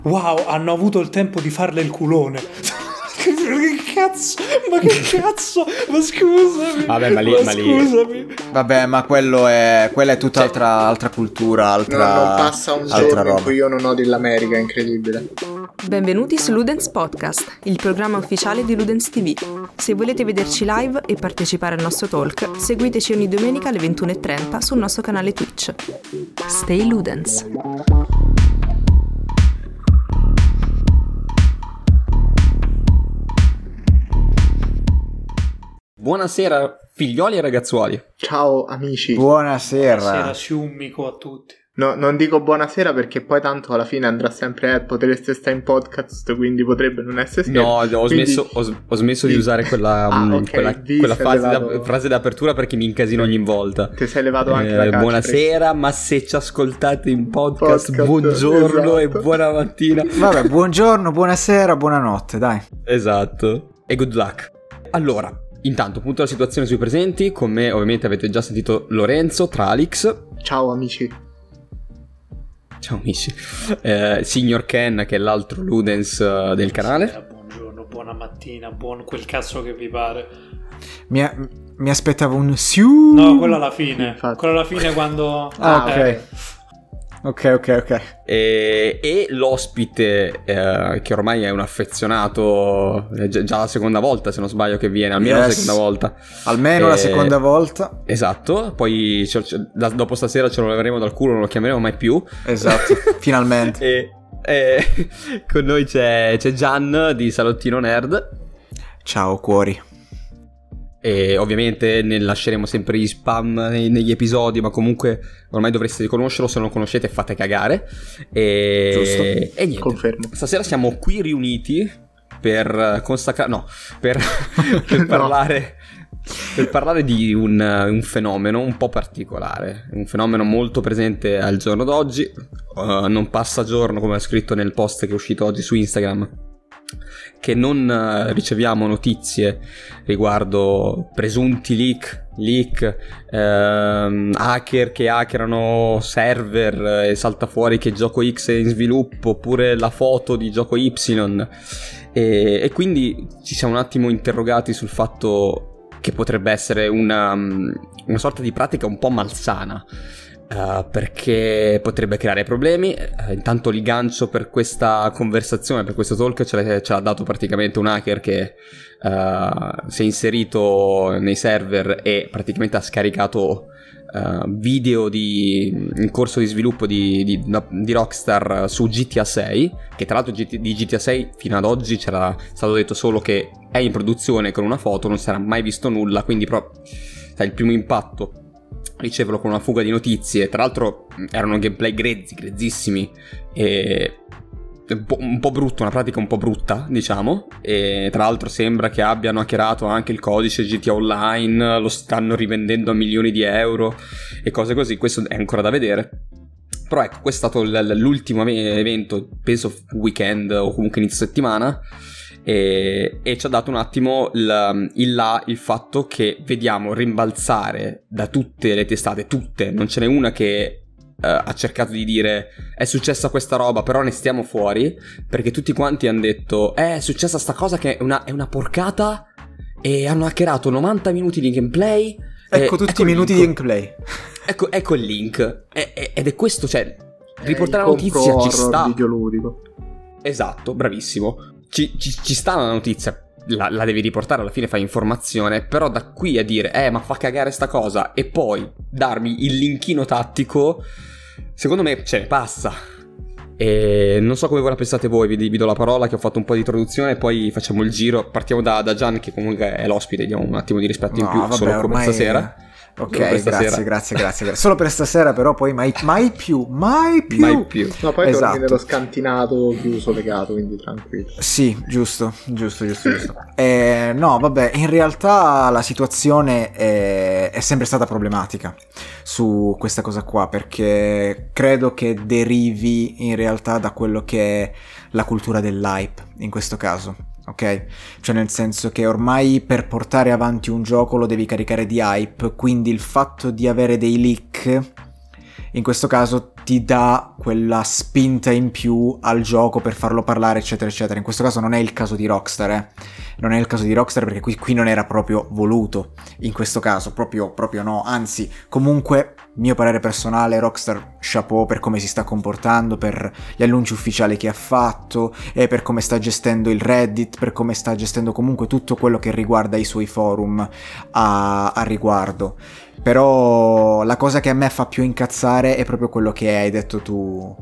Wow, hanno avuto il tempo di farle il culone. Che cazzo? Ma che cazzo? Ma scusami. Vabbè, ma lì. Scusami. Vabbè, ma quella è tutta altra cultura, non passa un giorno in cui io non odi l'America, è incredibile. Benvenuti su Ludens Podcast, il programma ufficiale di Ludens TV. Se volete vederci live e partecipare al nostro talk, seguiteci ogni domenica alle 21:30 sul nostro canale Twitch. Stay Ludens. Buonasera figlioli e ragazzuoli. Ciao amici. Buonasera. Buonasera, ciummico a tutti. No, non dico buonasera perché poi tanto alla fine andrà sempre potreste stare in podcast, quindi potrebbe non essere scherzo. No, ho smesso di usare quella frase d'apertura perché mi incasino ogni volta. Ti sei levato anche la caccia. Buonasera, ma se ci ascoltate in podcast buongiorno, esatto. E buona mattina. Vabbè, buongiorno, buonasera, buonanotte, dai. Esatto. E good luck. Allora, intanto, punto la situazione sui presenti. Con me ovviamente avete già sentito Lorenzo, Tralix. Ciao amici. Ciao amici. Signor Ken, che è l'altro Ludens del canale. Buongiorno, buona mattina, buon quel cazzo che vi pare. Mi aspettavo un siu. No, quello alla fine. Infatti. Quello alla fine quando... ok. E l'ospite, che ormai è un affezionato, è già la seconda volta se non sbaglio che viene, almeno la seconda volta. Almeno la seconda volta. Esatto, poi dopo stasera ce lo leveremo dal culo, non lo chiameremo mai più. Esatto, finalmente. E con noi c'è Gian di Salottino Nerd. Ciao cuori. E ovviamente ne lasceremo sempre gli spam negli episodi, ma comunque ormai dovreste riconoscerlo, se non lo conoscete fate cagare. Giusto. E niente, confermo. Stasera siamo qui riuniti per parlare di un fenomeno un po' particolare, un fenomeno molto presente al giorno d'oggi. Non passa giorno, come ho scritto nel post che è uscito oggi su Instagram, che non riceviamo notizie riguardo presunti leak, hacker che hackerano server e salta fuori che gioco X è in sviluppo, oppure la foto di gioco Y, e quindi ci siamo un attimo interrogati sul fatto che potrebbe essere una sorta di pratica un po' malsana. Perché potrebbe creare problemi. Intanto il gancio per questa conversazione, per questo talk ce l'ha dato praticamente un hacker che si è inserito nei server e praticamente ha scaricato video in corso di sviluppo di Rockstar su GTA 6, che tra l'altro di GTA 6 fino ad oggi c'era stato detto solo che è in produzione con una foto, non si era mai visto nulla, quindi proprio il primo impatto riceverlo con una fuga di notizie. Tra l'altro erano gameplay grezzissimi e un po' brutto, una pratica un po' brutta, diciamo. E tra l'altro sembra che abbiano hackerato anche il codice GTA Online, lo stanno rivendendo a milioni di euro e cose così. Questo è ancora da vedere. Però ecco, questo è stato l'ultimo evento, penso weekend o comunque inizio settimana, e ci ha dato un attimo il fatto che vediamo rimbalzare da tutte le testate, non ce n'è una che ha cercato di dire è successa questa roba, però ne stiamo fuori, perché tutti quanti hanno detto è successa sta cosa che è una porcata e hanno hackerato 90 minuti di gameplay. Ecco tutti i minuti di gameplay. Ecco il link. Ed è questo, cioè riportare la notizia ci sta. Videoludico. Esatto, bravissimo. Ci sta la notizia, la devi riportare, alla fine fai informazione, però da qui a dire ma fa cagare sta cosa e poi darmi il linkino tattico, secondo me passa. E non so come voi la pensate voi, vi do la parola che ho fatto un po' di introduzione e poi facciamo il giro. Partiamo da Gian, che comunque è l'ospite, diamo un attimo di rispetto in più, vabbè, solo come stasera. Ok, grazie. Solo per stasera, però poi mai più. No, poi esatto. torni nello scantinato chiuso, legato, quindi tranquillo. Sì, giusto. No, vabbè, in realtà la situazione è sempre stata problematica su questa cosa qua, perché credo che derivi in realtà da quello che è la cultura dell'hype in questo caso. Ok? Cioè nel senso che ormai per portare avanti un gioco lo devi caricare di hype, quindi il fatto di avere dei leak in questo caso ti dà quella spinta in più al gioco per farlo parlare, eccetera eccetera. In questo caso non è il caso di Rockstar, non è il caso di Rockstar, perché qui non era proprio voluto in questo caso, proprio no. Anzi, comunque, mio parere personale, Rockstar chapeau per come si sta comportando, per gli annunci ufficiali che ha fatto e per come sta gestendo il Reddit, per come sta gestendo comunque tutto quello che riguarda i suoi forum a riguardo. Però la cosa che a me fa più incazzare è proprio quello che hai detto tu,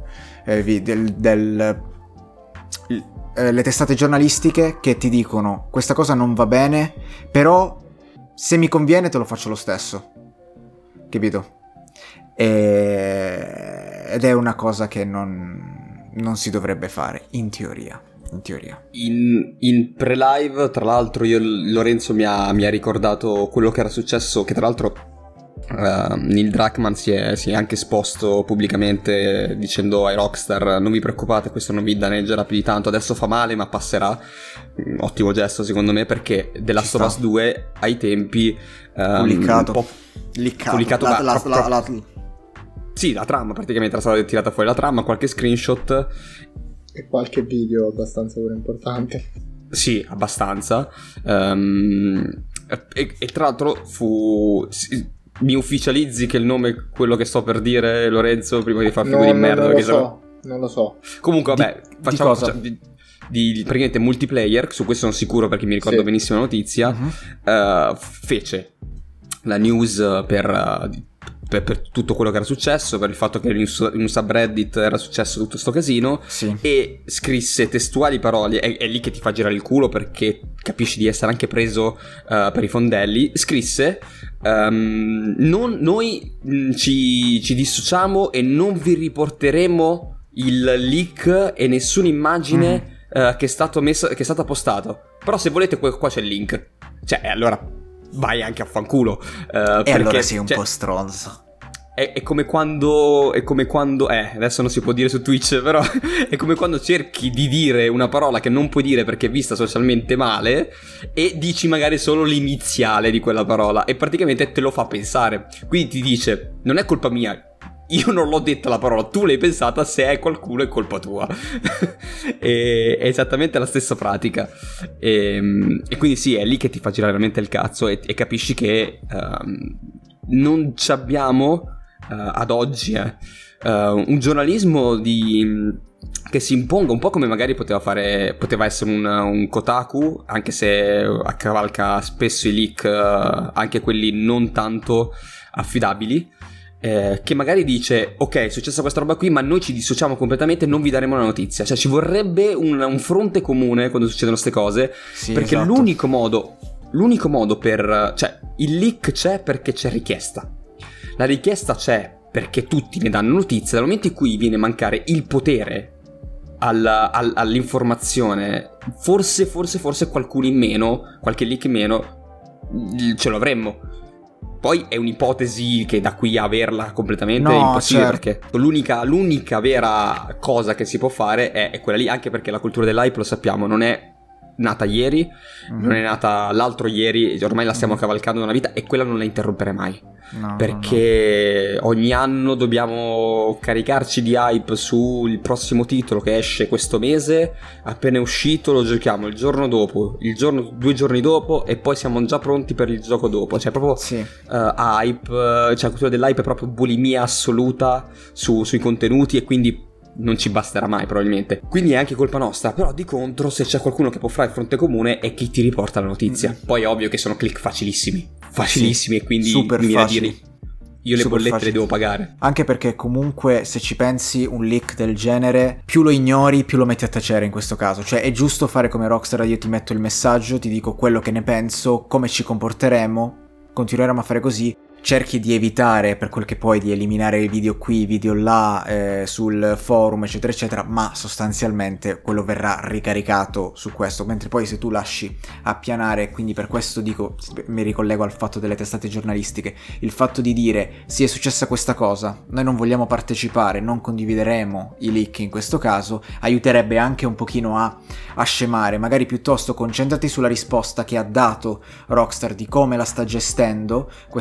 le testate giornalistiche che ti dicono questa cosa non va bene, però se mi conviene te lo faccio lo stesso, capito? Ed è una cosa che non si dovrebbe fare, in teoria. In pre-live, tra l'altro, Lorenzo mi ha ricordato quello che era successo, che tra l'altro Neil Druckmann si è anche esposto pubblicamente dicendo ai Rockstar: non vi preoccupate, questo non vi danneggerà più di tanto, adesso fa male ma passerà. Ottimo gesto secondo me, perché The Last of Us 2 ai tempi pubblicato sì, la trama praticamente era stata tirata fuori, la trama, qualche screenshot e qualche video abbastanza pure importante. Sì, abbastanza. E tra l'altro mi ufficializzi che il nome è quello che sto per dire, Lorenzo, prima di far figure di merda? Non lo so. Comunque, vabbè, facciamo praticamente multiplayer, su questo sono sicuro perché mi ricordo benissimo la notizia. Fece la news per tutto quello che era successo, per il fatto che in un subreddit era successo tutto sto casino, e scrisse testuali parole, è lì che ti fa girare il culo perché capisci di essere anche preso per i fondelli. Scrisse: noi ci dissociamo e non vi riporteremo il leak e nessuna immagine che è stata postata, però se volete qua c'è il link. Cioè, allora vai anche a fanculo, e allora sei un po' stronzo. È come quando adesso non si può dire su Twitch, però è come quando cerchi di dire una parola che non puoi dire perché è vista socialmente male e dici magari solo l'iniziale di quella parola e praticamente te lo fa pensare. Quindi ti dice: non è colpa mia, io non l'ho detta la parola, tu l'hai pensata, se è qualcuno è colpa tua. È esattamente la stessa pratica. E quindi sì, è lì che ti fa girare veramente il cazzo e capisci che non ci abbiamo ad oggi un giornalismo che si imponga, un po' come magari poteva essere un Kotaku, anche se accavalca spesso i leak, anche quelli non tanto affidabili. Che magari dice: ok, è successa questa roba qui, ma noi ci dissociamo completamente, non vi daremo la notizia. Cioè ci vorrebbe un fronte comune quando succedono queste cose, perché esatto. l'unico modo per, cioè il leak c'è perché c'è richiesta, la richiesta c'è perché tutti ne danno notizia. Dal momento in cui viene a mancare il potere all'informazione, forse qualcuno in meno, qualche leak in meno ce lo avremmo. Poi è un'ipotesi che da qui a averla completamente è impossibile, perché l'unica vera cosa che si può fare è quella lì, anche perché la cultura dell'hype, lo sappiamo, non è nata ieri, non è nata l'altro ieri, ormai la stiamo cavalcando da una vita e quella non la interrompere mai. Perché ogni anno dobbiamo caricarci di hype sul prossimo titolo che esce questo mese, appena è uscito lo giochiamo il giorno dopo, 2 giorni dopo, e poi siamo già pronti per il gioco dopo. Cioè proprio hype, cioè la cultura dell'hype è proprio bulimia assoluta sui contenuti, e quindi non ci basterà mai probabilmente. Quindi è anche colpa nostra. Però di contro, se c'è qualcuno che può fare il fronte comune, è chi ti riporta la notizia. Poi è ovvio che sono click facilissimi, e quindi super mi viene a facili. dire: io le bollette le devo pagare. Anche perché comunque, se ci pensi, un leak del genere, più lo ignori più lo metti a tacere in questo caso. Cioè è giusto fare come Rockstar: io ti metto il messaggio, ti dico quello che ne penso, come ci comporteremo, continueremo a fare così. Cerchi di evitare, per quel che puoi, di eliminare i video qui, video là, sul forum, eccetera eccetera, ma sostanzialmente quello verrà ricaricato su questo. Mentre poi se tu lasci appianare, quindi per questo dico, mi ricollego al fatto delle testate giornalistiche, il fatto di dire: sì, è successa questa cosa, noi non vogliamo partecipare, non condivideremo i leak in questo caso, aiuterebbe anche un pochino a scemare. Magari piuttosto concentrati sulla risposta che ha dato Rockstar di come la sta gestendo questa cosa,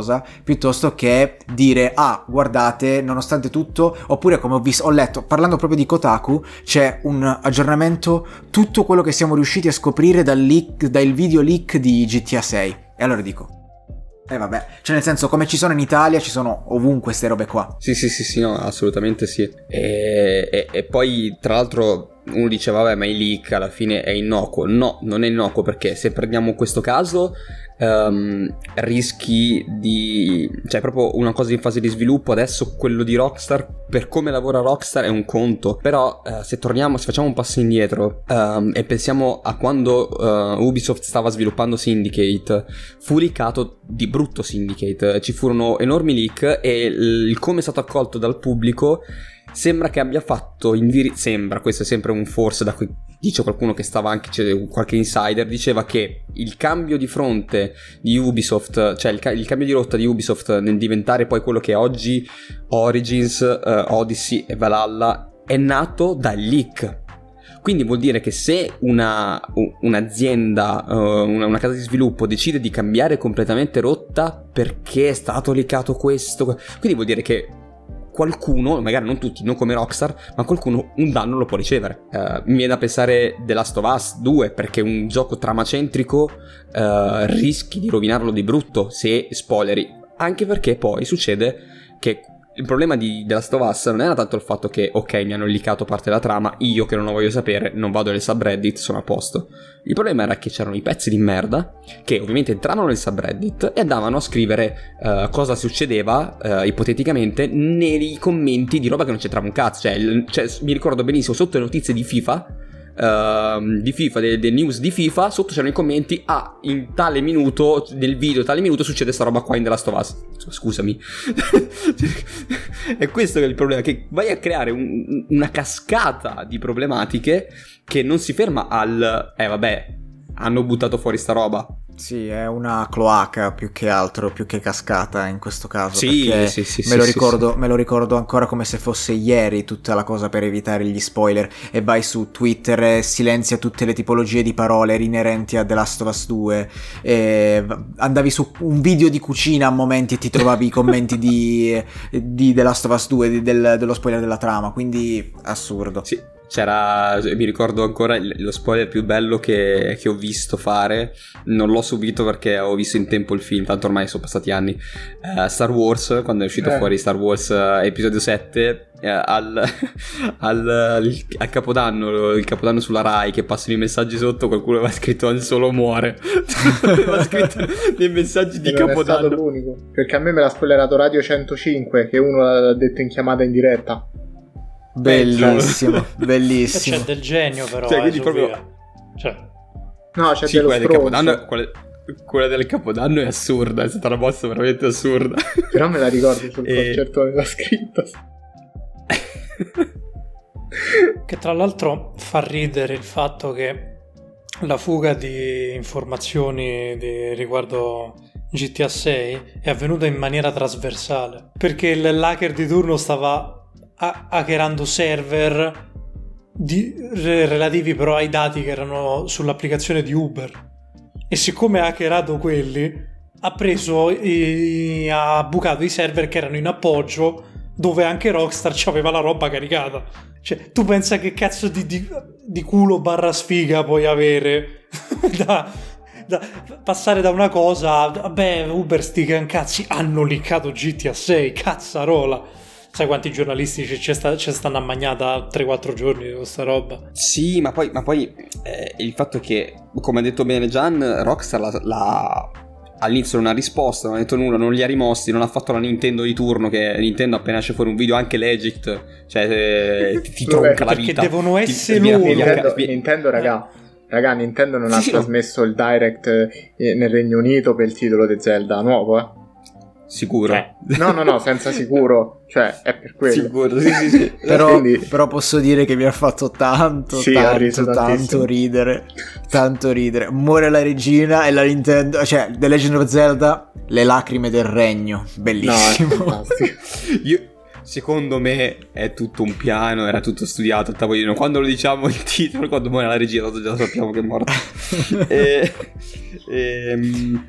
cosa, piuttosto che dire guardate, nonostante tutto, oppure come ho letto, parlando proprio di Kotaku, c'è un aggiornamento, tutto quello che siamo riusciti a scoprire dal video leak di GTA 6. E allora dico, vabbè, cioè nel senso, come ci sono in Italia, ci sono ovunque ste robe qua. Sì, no, assolutamente sì. E poi, tra l'altro, uno dice, vabbè, ma i leak alla fine è innocuo. No, non è innocuo, perché se prendiamo questo caso, rischi di... cioè, proprio una cosa in fase di sviluppo. Adesso quello di Rockstar, per come lavora Rockstar, è un conto. Però, se facciamo un passo indietro e pensiamo a quando Ubisoft stava sviluppando Syndicate, fu leakato di brutto Syndicate. Ci furono enormi leak e il come è stato accolto dal pubblico sembra che abbia fatto sembra, questo è sempre un forse, da cui dice qualcuno che stava anche, c'è qualche insider, diceva che il cambio di fronte di Ubisoft, cioè il cambio di rotta di Ubisoft nel diventare poi quello che è oggi Origins, Odyssey e Valhalla, è nato dal leak. Quindi vuol dire che se un'azienda, una casa di sviluppo decide di cambiare completamente rotta perché è stato leakato questo, quindi vuol dire che qualcuno, magari non tutti, non come Rockstar, ma qualcuno un danno lo può ricevere. Mi viene da pensare The Last of Us 2, perché un gioco tramacentrico rischi di rovinarlo di brutto se spoileri, anche perché poi succede che il problema di The Last of Us non era tanto il fatto che, ok, mi hanno leakato parte della trama, io che non lo voglio sapere, non vado nel subreddit, sono a posto. Il problema era che c'erano i pezzi di merda che ovviamente entravano nel subreddit e andavano a scrivere cosa succedeva ipoteticamente nei commenti di roba che non c'entrava un cazzo. Cioè, mi ricordo benissimo, sotto le notizie di FIFA, delle news di FIFA, sotto c'erano i commenti: in tale minuto del video, tale minuto succede sta roba qua in The Last of Us. Scusami. E questo è il problema, che vai a creare una cascata di problematiche che non si ferma al vabbè, hanno buttato fuori sta roba. Sì, è una cloaca più che altro, più che cascata in questo caso. Sì, me lo ricordo ancora come se fosse ieri tutta la cosa per evitare gli spoiler. E vai su Twitter e silenzia tutte le tipologie di parole inerenti a The Last of Us 2. E andavi su un video di cucina a momenti e ti trovavi i commenti di The Last of Us 2, dello spoiler della trama. Quindi assurdo. Sì. Mi ricordo ancora lo spoiler più bello che ho visto fare, non l'ho subito perché ho visto in tempo il film, tanto ormai sono passati anni. Star Wars, quando è uscito fuori Star Wars episodio 7, al Capodanno, il Capodanno sulla Rai, che passano i messaggi sotto, qualcuno aveva scritto Han Solo muore. Aveva scritto dei messaggi di Capodanno. Non è stato l'unico, perché a me me l'ha spoilerato Radio 105, che uno l'ha detto in chiamata in diretta. Bellissimo, bellissimo. C'è del genio, però. Quindi proprio... No, c'è dello Capodanno, quella del Capodanno è assurda, è stata una mossa veramente assurda. Però me la ricordo sul concerto della scritta. Che tra l'altro fa ridere il fatto che la fuga di informazioni riguardo GTA 6 è avvenuta in maniera trasversale, perché l'hacker di turno stava hackerando server relativi però ai dati che erano sull'applicazione di Uber, e siccome ha hackerato quelli ha bucato i server che erano in appoggio, dove anche Rockstar c'aveva la roba caricata. Cioè, tu pensa che cazzo di culo barra sfiga puoi avere da passare da una cosa vabbè, Uber sti cazzi hanno liccato GTA 6, cazzarola. Sai quanti giornalisti c'è stanno a magnata 3-4 giorni di questa roba? Sì, ma poi il fatto è che, come ha detto bene Gian, Rockstar all'inizio non ha risposto, non ha detto nulla, non li ha rimossi, non ha fatto la Nintendo di turno, che Nintendo appena esce fuori un video, anche Legit, cioè ti tronca la vita. Perché devono essere loro. Nintendo, raga, Nintendo non ha trasmesso il Direct nel Regno Unito per il titolo di Zelda nuovo, Sicuro? No, senza sicuro. Cioè, è per quello. Sicuro, sì. Però posso dire che mi ha fatto tanto ridere. Tanto ridere. Muore la regina e la Nintendo, cioè, The Legend of Zelda, le lacrime del regno. Bellissimo. No, secondo me è tutto un piano, era tutto studiato a tavolino. Quando lo diciamo il titolo, quando muore la regina, già sappiamo che è morta.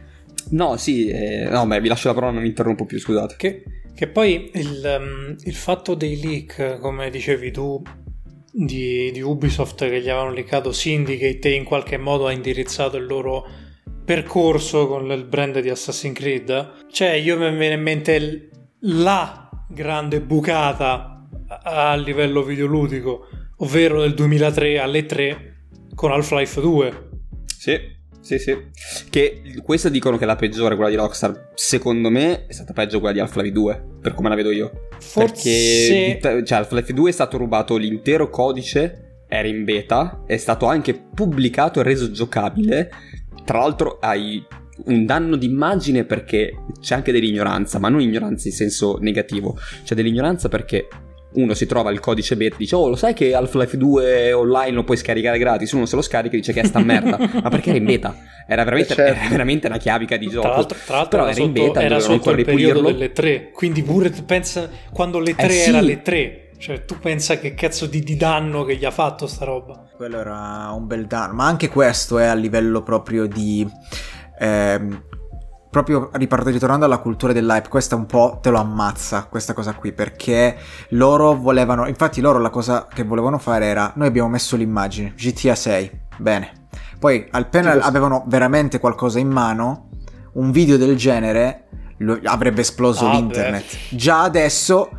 No, sì, no, ma vi lascio la parola, non mi interrompo più, scusate. Che poi il fatto dei leak, come dicevi tu, di Ubisoft, che gli avevano leakato Syndicate e in qualche modo ha indirizzato il loro percorso con il brand di Assassin's Creed, cioè io mi viene in mente la grande bucata a livello videoludico, ovvero nel 2003 alle 3 con Half-Life 2. Sì. Che questa dicono che è la peggiore, quella di Rockstar. Secondo me è stata peggio quella di Half-Life 2, per come la vedo io. Forse... Perché cioè, Half-Life 2 è stato rubato l'intero codice, era in beta, è stato anche pubblicato e reso giocabile. Tra l'altro hai un danno d'immagine perché c'è anche dell'ignoranza, ma non ignoranza in senso negativo, c'è dell'ignoranza perché uno si trova il codice beta e dice: oh, lo sai che Half-Life 2 online lo puoi scaricare gratis? Uno se lo scarica e dice che è sta merda. Ma perché era in beta? Era veramente una chiavica di gioco. Tra l'altro però era in beta, era sotto il periodo delle 3. Quindi pure pensa quando le 3 era le 3. Cioè tu pensa che cazzo di danno che gli ha fatto sta roba. Quello era un bel danno. Ma anche questo è a livello proprio di... proprio ritornando alla cultura dell'hype, questa un po' te lo ammazza, questa cosa qui, perché loro volevano, infatti loro la cosa che volevano fare era: noi abbiamo messo l'immagine GTA 6, bene, poi appena avevano veramente qualcosa in mano, un video del genere avrebbe esploso l'internet. Già adesso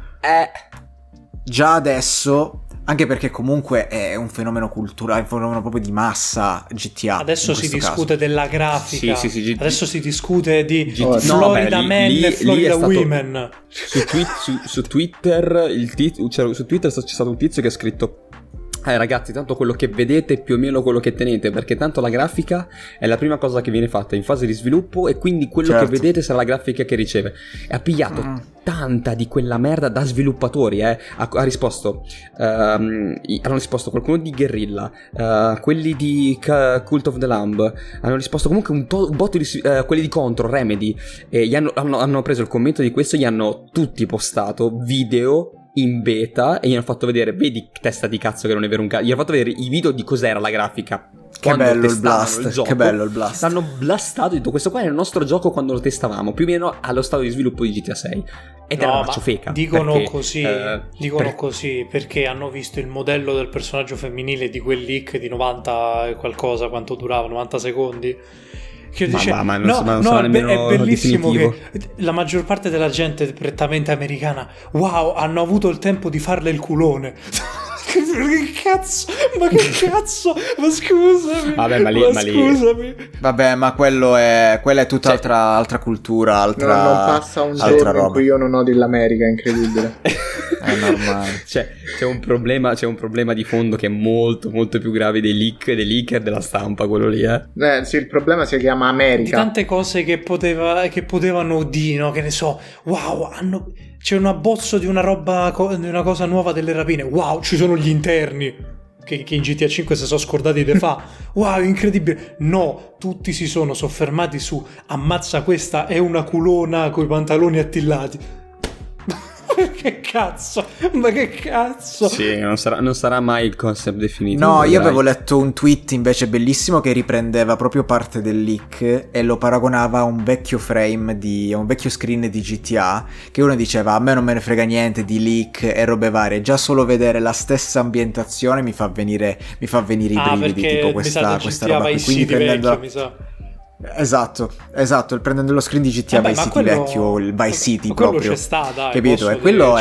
anche perché comunque è un fenomeno culturale, un fenomeno proprio di massa GTA. Adesso si discute della grafica, sì, adesso si discute di Florida Men e Florida Women. Su Twitter su Twitter c'è stato un tizio che ha scritto: ragazzi, tanto quello che vedete è più o meno quello che tenete, perché tanto la grafica è la prima cosa che viene fatta in fase di sviluppo e quindi quello che vedete sarà la grafica che riceve. E ha pigliato tanta di quella merda da sviluppatori, ha risposto hanno risposto qualcuno di Guerrilla, quelli di Cult of the Lamb, hanno risposto comunque un botto di quelli di Control, Remedy, e hanno preso il commento di questo, gli hanno tutti postato video in beta e gli hanno fatto vedere: vedi testa di cazzo che non è vero un cazzo. Gli hanno fatto vedere i video di cos'era la grafica. Che bello il blast, che bello il blast. L'hanno blastato e detto: questo qua è il nostro gioco quando lo testavamo, più o meno allo stato di sviluppo di GTA 6. Ed era una ciofeca. Dicono così perché hanno visto il modello del personaggio femminile di quel leak di 90 e qualcosa, quanto durava, 90 secondi. Che dice, è bellissimo definitivo. Che la maggior parte della gente prettamente americana, wow, hanno avuto il tempo di farle il culone. Ma che cazzo? Ma scusami. Scusami. Vabbè, ma quella è tutta altra cultura, non passa un giorno in cui io non odi l'America, è incredibile. È normale. C'è un problema di fondo che è molto molto più grave dei leaker della stampa, quello lì, sì, il problema si chiama America. Di tante cose che potevano dire, no? Che ne so, wow, c'è un abbozzo di una roba, di una cosa nuova delle rapine, wow, ci sono gli interni che in GTA 5 si sono scordati di fa. Wow, incredibile. No, tutti si sono soffermati su: ammazza, questa è una culona coi pantaloni attillati. Che cazzo? Ma che cazzo? Sì, non sarà mai il concept definitivo. No, io avevo letto un tweet invece bellissimo che riprendeva proprio parte del leak e lo paragonava a un vecchio frame a un vecchio screen di GTA, che uno diceva: a me non me ne frega niente di leak e robe varie, già solo vedere la stessa ambientazione mi fa venire i brividi, tipo questa roba qui. Quindi prendendo Esatto, prendendo lo screen di GTA Vice City vecchio, il Vice City proprio, c'è sta, dai, capito? E quello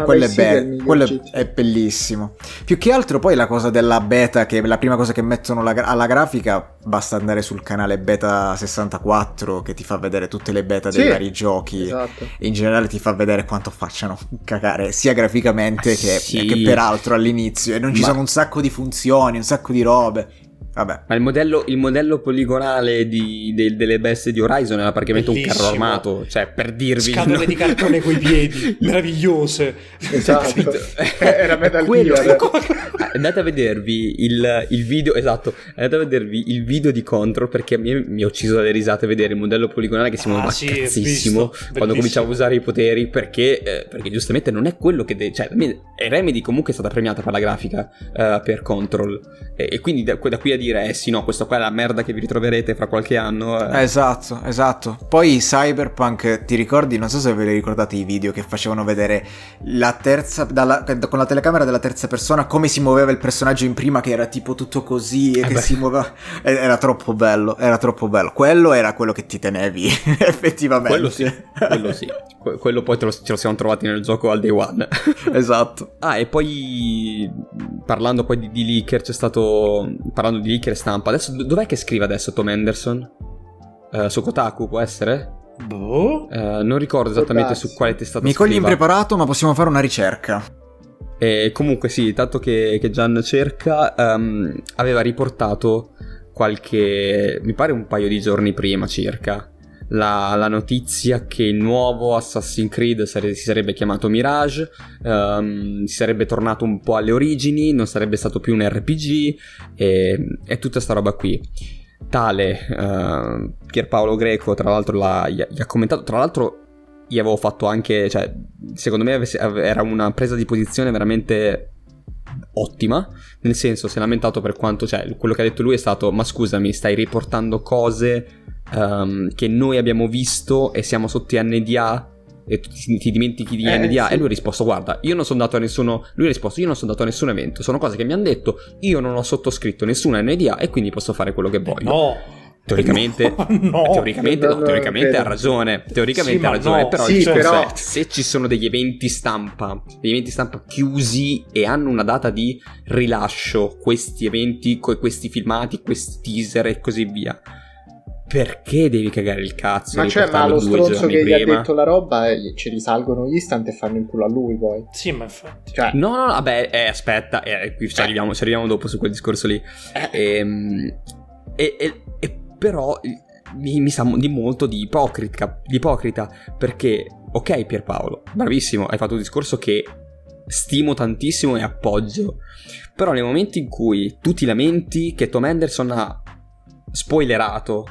è bellissimo. Più che altro poi la cosa della beta, che la prima cosa che mettono alla grafica, basta andare sul canale Beta 64 che ti fa vedere tutte le beta dei vari giochi, esatto. E in generale ti fa vedere quanto facciano cagare sia graficamente che peraltro all'inizio, e non ci sono un sacco di funzioni, un sacco di robe. Vabbè. Ma il modello poligonale delle bestie di Horizon era praticamente bellissimo. Un carro armato, cioè, per dirvi, scatole di cartone coi piedi meravigliose. Esatto. Era Metal Gear. Andate a vedervi il video, esatto, andate a vedervi il video di Control, perché mi ha ucciso dalle risate vedere il modello poligonale che si muoveva cazzissimo quando cominciava a usare i poteri, perché giustamente non è quello che cioè Remedy comunque è stata premiata per la grafica per Control, e quindi da qui a dire sì, no, questo qua è la merda che vi ritroverete fra qualche anno. Esatto. Poi Cyberpunk, ti ricordi, non so se ve li ricordate i video che facevano vedere la terza con la telecamera della terza persona come si muoveva il personaggio in prima, che era tipo tutto così e che si muoveva, era troppo bello. Quello era quello che ti tenevi effettivamente. Quello sì. Quello poi ce lo siamo trovati nel gioco al day one. Esatto. E poi parlando poi di leaker, c'è stato, parlando di leaker e stampa, adesso dov'è che scrive adesso Tom Henderson? Su Kotaku può essere? Non ricordo esattamente su quale testata mi cogli scriva. impreparato, ma possiamo fare una ricerca. Comunque sì, tanto che Gian cerca, aveva riportato mi pare un paio di giorni prima circa, la notizia che il nuovo Assassin's Creed si sarebbe chiamato Mirage, si sarebbe tornato un po' alle origini, non sarebbe stato più un RPG e tutta sta roba qui. Tale Pierpaolo Greco tra l'altro gli ha commentato, tra l'altro gli avevo fatto anche, cioè secondo me era una presa di posizione veramente ottima, nel senso si è lamentato per quanto, cioè quello che ha detto lui è stato: ma scusami, stai riportando cose che noi abbiamo visto e siamo sotto NDA e tu ti dimentichi di NDA? Sì. E lui ha risposto: guarda, io non sono andato a nessun evento, sono cose che mi hanno detto, io non ho sottoscritto nessuna NDA e quindi posso fare quello che voglio. Teoricamente ha ragione. Teoricamente ha ragione. Però, sì, però se ci sono degli eventi stampa chiusi e hanno una data di rilascio, questi eventi, questi filmati, questi teaser e così via, perché devi cagare il cazzo? Ma lo stronzo che gli ha detto la roba ci risalgono instant e fanno il culo a lui poi. Sì, ma infatti. Cioè, no, vabbè, aspetta, qui ci arriviamo dopo su quel discorso lì. Però mi sa di molto di ipocrita, perché ok Pierpaolo, bravissimo, hai fatto un discorso che stimo tantissimo e appoggio, però nei momenti in cui tu ti lamenti che Tom Henderson ha spoilerato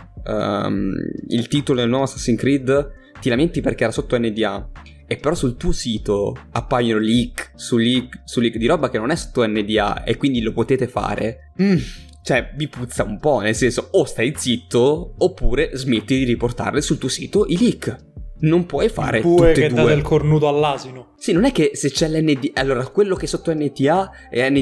il titolo del nuovo Assassin's Creed, ti lamenti perché era sotto NDA, e però sul tuo sito appaiono leak su leak di roba che non è sotto NDA e quindi lo potete fare. Cioè, mi puzza un po', nel senso, o stai zitto oppure smetti di riportarle sul tuo sito i leak. Non puoi fare tutte e due. Che dà del cornuto all'asino. Sì, non è che se c'è l'NDA... Allora, quello che sotto NDA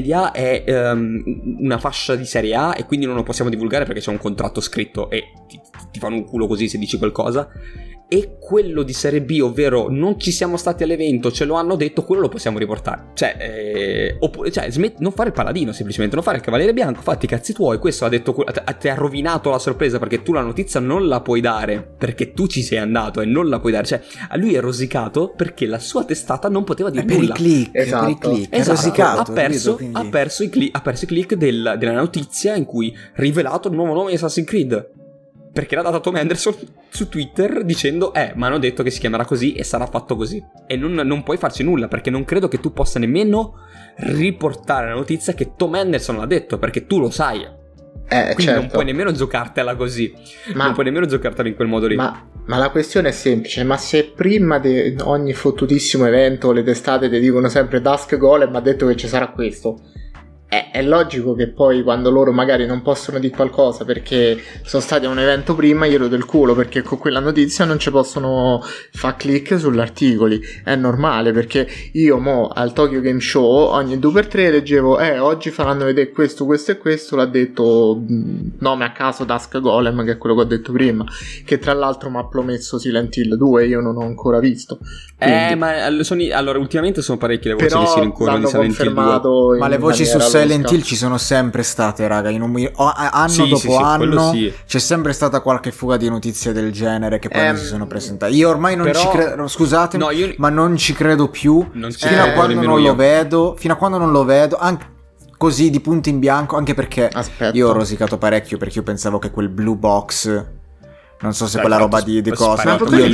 è una fascia di serie A e quindi non lo possiamo divulgare perché c'è un contratto scritto e ti fanno un culo così se dici qualcosa. E quello di serie B, ovvero non ci siamo stati all'evento, ce lo hanno detto, quello lo possiamo riportare. Oppure, non fare il paladino, semplicemente, non fare il cavaliere bianco, fatti i cazzi tuoi. Questo ha detto, ti ha rovinato la sorpresa perché tu la notizia non la puoi dare, perché tu ci sei andato e non la puoi dare. Cioè, a lui è rosicato perché la sua testata non poteva dire nulla. Per i click. È rosicato. Ha perso i click della notizia in cui rivelato il nuovo nome di Assassin's Creed. Perché l'ha dato Tom Henderson su Twitter dicendo ma hanno detto che si chiamerà così e sarà fatto così. E non puoi farci nulla, perché non credo che tu possa nemmeno riportare la notizia che Tom Henderson l'ha detto, perché tu lo sai. Quindi certo. non puoi nemmeno giocartela così. Non puoi nemmeno giocartela in quel modo lì. Ma la questione è semplice: ma se prima di ogni fottutissimo evento le testate ti dicono sempre Dusk Golem ha detto che ci sarà questo, è logico che poi quando loro magari non possono dire qualcosa perché sono stati a un evento prima, glielo del culo, perché con quella notizia non ci possono fare click sugli articoli. È normale, perché io al Tokyo Game Show ogni 2x3 leggevo oggi faranno vedere questo e questo, l'ha detto nome a caso Dusk Golem, che è quello che ho detto prima, che tra l'altro mi ha promesso Silent Hill 2, io non ho ancora visto. Quindi... allora ultimamente sono parecchie le voci che si rincorrono di Silent Hill 2. Ma le voci su Silent Hill ci sono sempre state, raga, anno dopo anno c'è sempre stata qualche fuga di notizie del genere che poi non si sono presentate. Io ormai non ci credo, scusatemi, ma non ci credo più fino a quando non lo vedo, anche così di punto in bianco, anche perché io ho rosicato parecchio, perché io pensavo che quel blue box, non so se quella roba di cosa,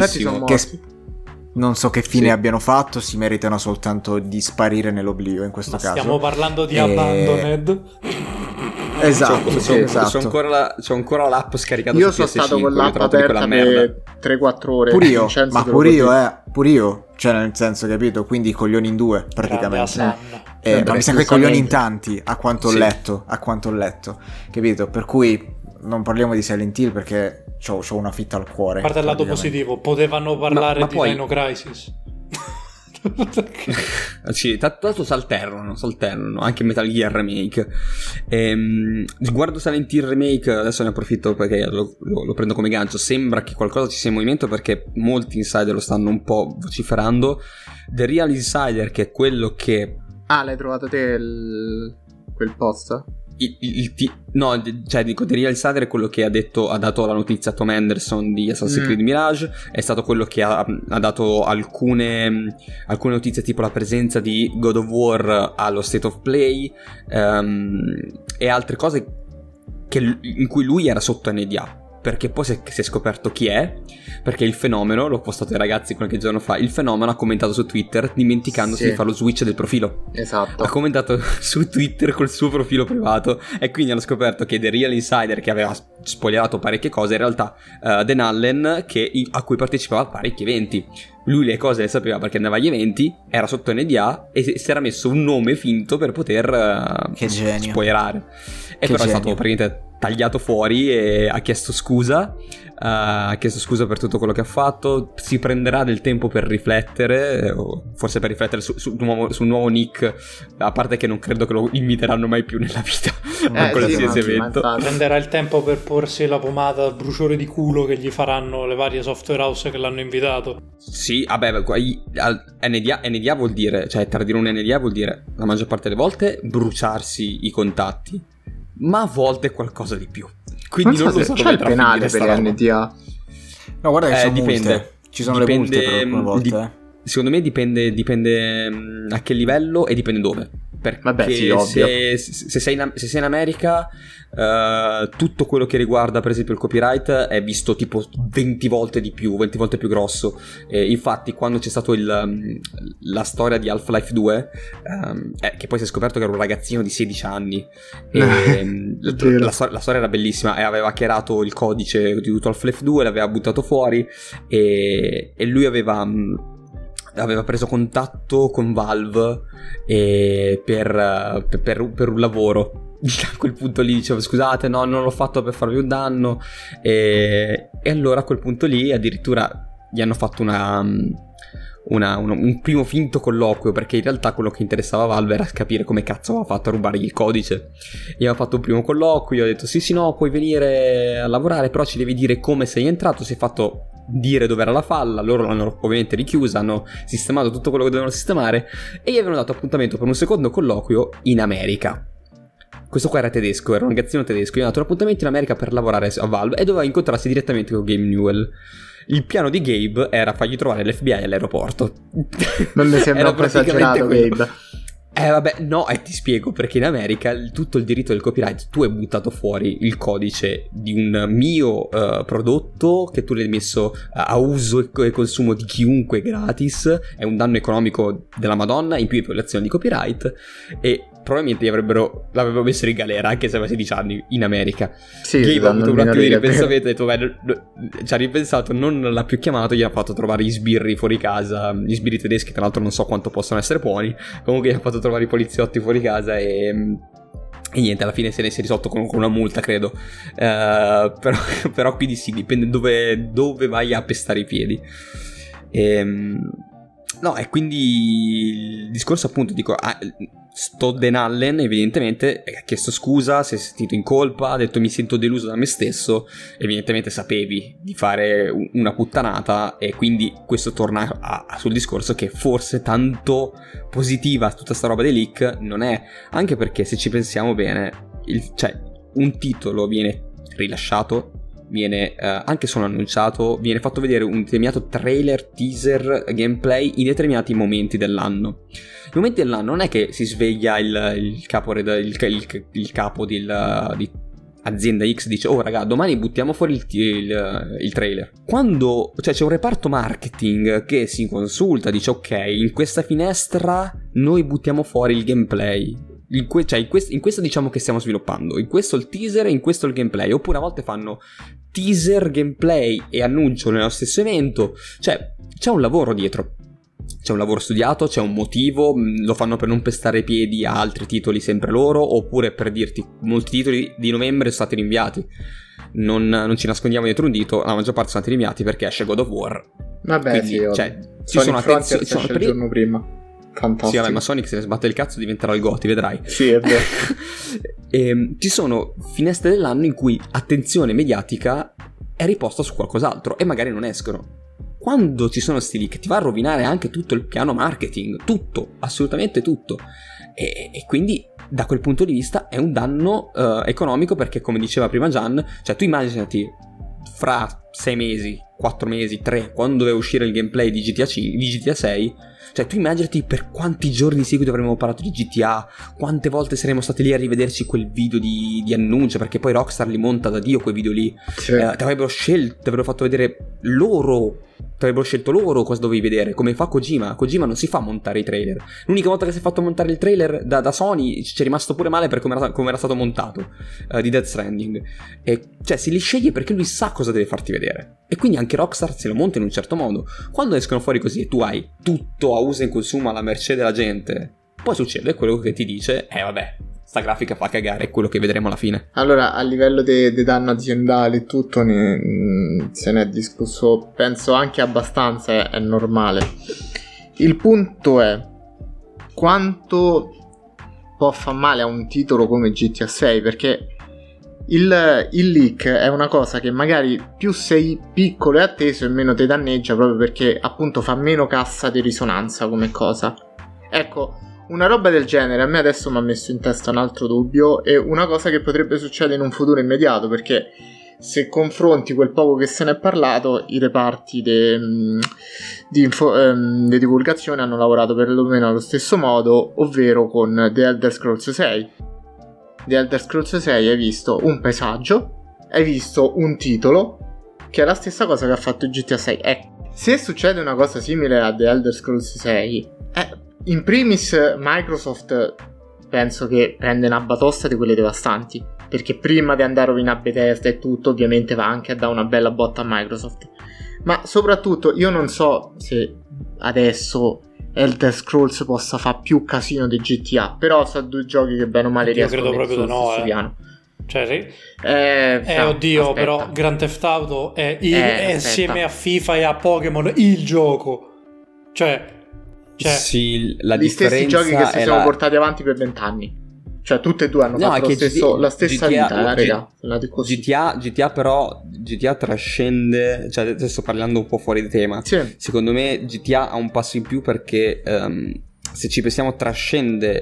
non so che fine abbiano fatto, si meritano soltanto di sparire nell'oblio in questo caso. Stiamo parlando di Abandoned. Esatto. C'ho ancora l'app scaricata io su PS5. Io sono stato con l'app aperta per 3-4 ore. Pure io, cioè nel senso, capito? Quindi coglioni in due praticamente. ma mi sa che coglioni in tanti, a quanto ho letto, capito? Per cui non parliamo di Silent Hill perché c'ho una fitta al cuore. Guarda il lato positivo, potevano parlare di poi... Dino Crisis. Sì, tanto s'alternano anche Metal Gear Remake. Guardo Silent Hill Remake, adesso ne approfitto perché lo prendo come gancio. Sembra che qualcosa ci sia in movimento perché molti insider lo stanno un po' vociferando. The Real Insider, che è quello che... l'hai trovato te quel post? No, cioè dico, The Real Insider è quello che ha dato la notizia a Tom Anderson di Assassin's Creed Mirage. È stato quello che ha dato alcune notizie, tipo la presenza di God of War allo State of Play, e altre cose in cui lui era sotto NDA. Perché poi si è scoperto chi è, perché il fenomeno, l'ho postato ai ragazzi qualche giorno fa, il fenomeno ha commentato su Twitter dimenticandosi di fare lo switch del profilo. Esatto. Ha commentato su Twitter col suo profilo privato e quindi hanno scoperto che The Real Insider, che aveva spoilerato parecchie cose, in realtà Dan Allen, a cui partecipava a parecchi eventi. Lui le cose le sapeva perché andava agli eventi, era sotto NDA e si era messo un nome finto per poter spoilerare. E però è stato praticamente tagliato fuori e ha chiesto scusa. Per tutto quello che ha fatto. Si prenderà del tempo per riflettere, o forse per riflettere sul nuovo nick, a parte che non credo che lo inviteranno mai più nella vita a qualsiasi evento. Prenderà il tempo per porsi la pomata al bruciore di culo che gli faranno le varie software house che l'hanno invitato. Sì, vabbè, NDA vuol dire, cioè tradire un NDA vuol dire la maggior parte delle volte bruciarsi i contatti, ma a volte qualcosa di più. Quindi non so se c'è il penale per le NDA. No, guarda che dipende. Ci sono le multe per alcune volte. Secondo me dipende a che livello e dipende dove. Perché vabbè, sì, ovvio. Se sei in America, tutto quello che riguarda per esempio il copyright è visto tipo 20 volte più grosso. Infatti quando c'è stato la storia di Half-Life 2, che poi si è scoperto che era un ragazzino di 16 anni, la storia era bellissima, e aveva hackerato il codice di tutto Half-Life 2, l'aveva buttato fuori, e lui aveva preso contatto con Valve per un lavoro. A quel punto lì diceva: scusate, no, non l'ho fatto per farvi un danno, e allora a quel punto lì addirittura gli hanno fatto un primo finto colloquio, perché in realtà quello che interessava a Valve era capire come cazzo aveva fatto a rubargli il codice. Gli aveva fatto un primo colloquio, ha detto sì no, puoi venire a lavorare, però ci devi dire come sei entrato. Si è fatto dire dove era la falla, loro l'hanno ovviamente richiusa, hanno sistemato tutto quello che dovevano sistemare e gli avevano dato appuntamento per un secondo colloquio in America. Questo qua era tedesco, era un ragazzino tedesco, gli hanno dato un appuntamento in America per lavorare a Valve e doveva incontrarsi direttamente con Gabe Newell. Il piano di Gabe era fargli trovare l'FBI all'aeroporto. Non mi sembra un po' esagerato, Gabe. Vabbè, no, ti spiego, perché in America tutto il diritto del copyright, tu hai buttato fuori il codice di un mio prodotto che tu l'hai messo a uso e consumo di chiunque gratis, è un danno economico della Madonna, in più di violazione di copyright, e probabilmente l'avrebbero messo in galera anche se aveva 16 anni in America. Sì, Gabe ha avuto un attimo di ripensamento e ha detto ci ha ripensato, non l'ha più chiamato, gli ha fatto trovare gli sbirri fuori casa, gli sbirri tedeschi tra l'altro non so quanto possono essere buoni, comunque gli ha fatto trovare i poliziotti fuori casa e niente, alla fine se ne si è risolto con una multa, credo. Però quindi sì, dipende dove vai a pestare i piedi. No, e quindi il discorso appunto, dico, Dan Allen evidentemente ha chiesto scusa, si è sentito in colpa, ha detto mi sento deluso da me stesso, evidentemente sapevi di fare una puttanata, e quindi questo torna sul discorso che forse tanto positiva tutta sta roba dei leak non è, anche perché se ci pensiamo bene, cioè un titolo viene rilasciato, viene anche solo annunciato, viene fatto vedere un determinato trailer, teaser, gameplay in determinati momenti dell'anno. I momenti dell'anno non è che si sveglia il capo di azienda X dice oh raga, domani buttiamo fuori il trailer. Quando c'è un reparto marketing che si consulta, dice ok, in questa finestra noi buttiamo fuori il gameplay, in questo diciamo che stiamo sviluppando, in questo il teaser e in questo il gameplay, oppure a volte fanno teaser, gameplay e annuncio nello stesso evento. Cioè c'è un lavoro dietro, C'è un lavoro studiato, c'è un motivo, lo fanno per non pestare i piedi a altri titoli sempre loro, oppure per dirti molti titoli di novembre sono stati rinviati. Non ci nascondiamo dietro un dito, la maggior parte sono stati rinviati perché esce God of War. Vabbè, quindi, sì, cioè, ci sono attenzioni il giorno prima. Fantastico. Sì, vabbè, ma Sonic se ne sbatte il cazzo diventerà il GOTY, vedrai. Sì, è vero. Ci sono finestre dell'anno in cui attenzione mediatica è riposta su qualcos'altro e magari non escono. Quando ci sono stili che ti va a rovinare anche tutto il piano marketing, tutto, assolutamente tutto, e quindi da quel punto di vista è un danno economico, perché come diceva prima Gian, cioè tu immaginati fra 6 mesi, 4 mesi, 3, quando deve uscire il gameplay di GTA 6, cioè tu immaginati per quanti giorni di seguito avremmo parlato di GTA, quante volte saremmo stati lì a rivederci quel video di annuncio, perché poi Rockstar li monta da Dio quei video lì. Sì. Ti avrebbero fatto vedere loro, ti avrebbero scelto loro cosa dovevi vedere, come fa Kojima. Kojima non si fa montare i trailer. L'unica volta che si è fatto montare il trailer da Sony ci è rimasto pure male per come era stato montato, di Death Stranding. E cioè si li sceglie perché lui sa cosa deve farti vedere, e quindi anche Rockstar se lo monta in un certo modo. Quando escono fuori così e tu hai tutto a uso e consumo alla mercé della gente, poi succede quello che ti dice vabbè, sta grafica fa cagare, è quello che vedremo alla fine. Allora, a livello di danno aziendale e tutto se ne è discusso, penso anche abbastanza, è normale. Il punto è quanto può far male a un titolo come GTA 6, perché il leak è una cosa che magari più sei piccolo e atteso e meno ti danneggia, proprio perché appunto fa meno cassa di risonanza come cosa. Ecco, una roba del genere a me adesso mi ha messo in testa un altro dubbio, e una cosa che potrebbe succedere in un futuro immediato, perché se confronti quel poco che se ne è parlato, i reparti di divulgazione hanno lavorato perlomeno allo stesso modo, ovvero con The Elder Scrolls 6. The Elder Scrolls 6 hai visto un paesaggio, hai visto un titolo, che è la stessa cosa che ha fatto GTA 6. Se succede una cosa simile a The Elder Scrolls 6, in primis Microsoft penso che prende una batosta di quelle devastanti, perché prima di andare a rovinare Bethesda e tutto, ovviamente va anche a dare una bella botta a Microsoft. Ma soprattutto io non so se adesso Elder Scrolls possa fare più casino di GTA, però sono due giochi che bene o male riescono a mettere sullo stesso piano. Cioè, oddio, aspetta. Però Grand Theft Auto è insieme a FIFA e a Pokémon il gioco. Cioè sì, la gli differenza stessi giochi che si sono portati avanti per 20 anni. Cioè tutte e due hanno fatto la stessa vita, raga. GTA però trascende, cioè adesso parlando un po' fuori di tema, sì. Secondo me GTA ha un passo in più perché se ci pensiamo trascende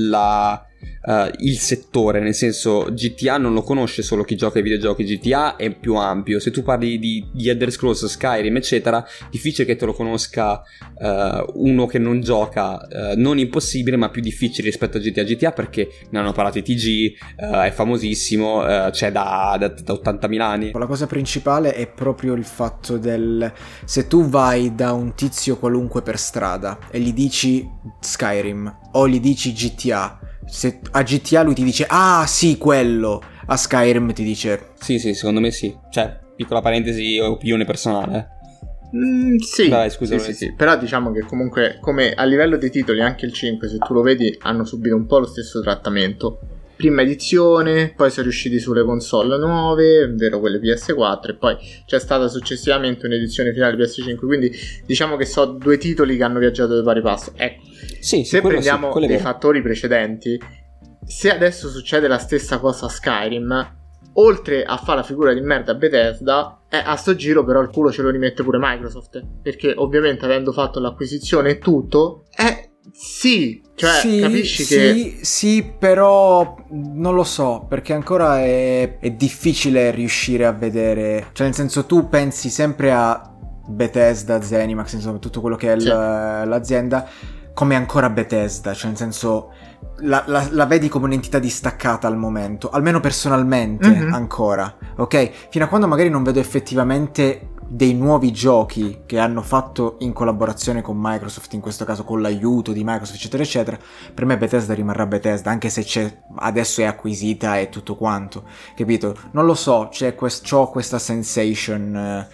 il settore, nel senso GTA non lo conosce solo chi gioca ai videogiochi, GTA è più ampio. Se tu parli di Elder Scrolls, Skyrim eccetera, difficile che te lo conosca uno che non gioca, non impossibile ma più difficile rispetto a GTA perché ne hanno parlato i TG, è famosissimo, c'è da 80.000 anni. La cosa principale è proprio il fatto se tu vai da un tizio qualunque per strada e gli dici Skyrim o gli dici GTA, se a GTA lui ti dice ah sì quello, a Skyrim ti dice sì secondo me sì, cioè piccola parentesi, opinione personale. Sì. Dai, scusa, sì. Però diciamo che comunque come a livello dei titoli anche il 5, se tu lo vedi, hanno subito un po' lo stesso trattamento. Prima edizione, poi sono riusciti sulle console nuove, ovvero quelle PS4, e poi c'è stata successivamente un'edizione finale PS5, quindi diciamo che so due titoli che hanno viaggiato di pari passo. Ecco, sì, se prendiamo dei fattori precedenti, se adesso succede la stessa cosa a Skyrim, oltre a fare la figura di merda a Bethesda, a sto giro però il culo ce lo rimette pure Microsoft, perché ovviamente avendo fatto l'acquisizione e tutto, sì, capisci che sì, però non lo so, perché ancora è difficile riuscire a vedere, cioè nel senso tu pensi sempre a Bethesda, Zenimax, insomma tutto quello che è l'azienda come ancora Bethesda, cioè nel senso la vedi come un'entità distaccata al momento, almeno personalmente ancora, ok? Fino a quando magari non vedo effettivamente dei nuovi giochi che hanno fatto in collaborazione con Microsoft, in questo caso con l'aiuto di Microsoft eccetera eccetera, per me Bethesda rimarrà Bethesda, anche se adesso è acquisita e tutto quanto, capito? Non lo so, c'ho questa sensation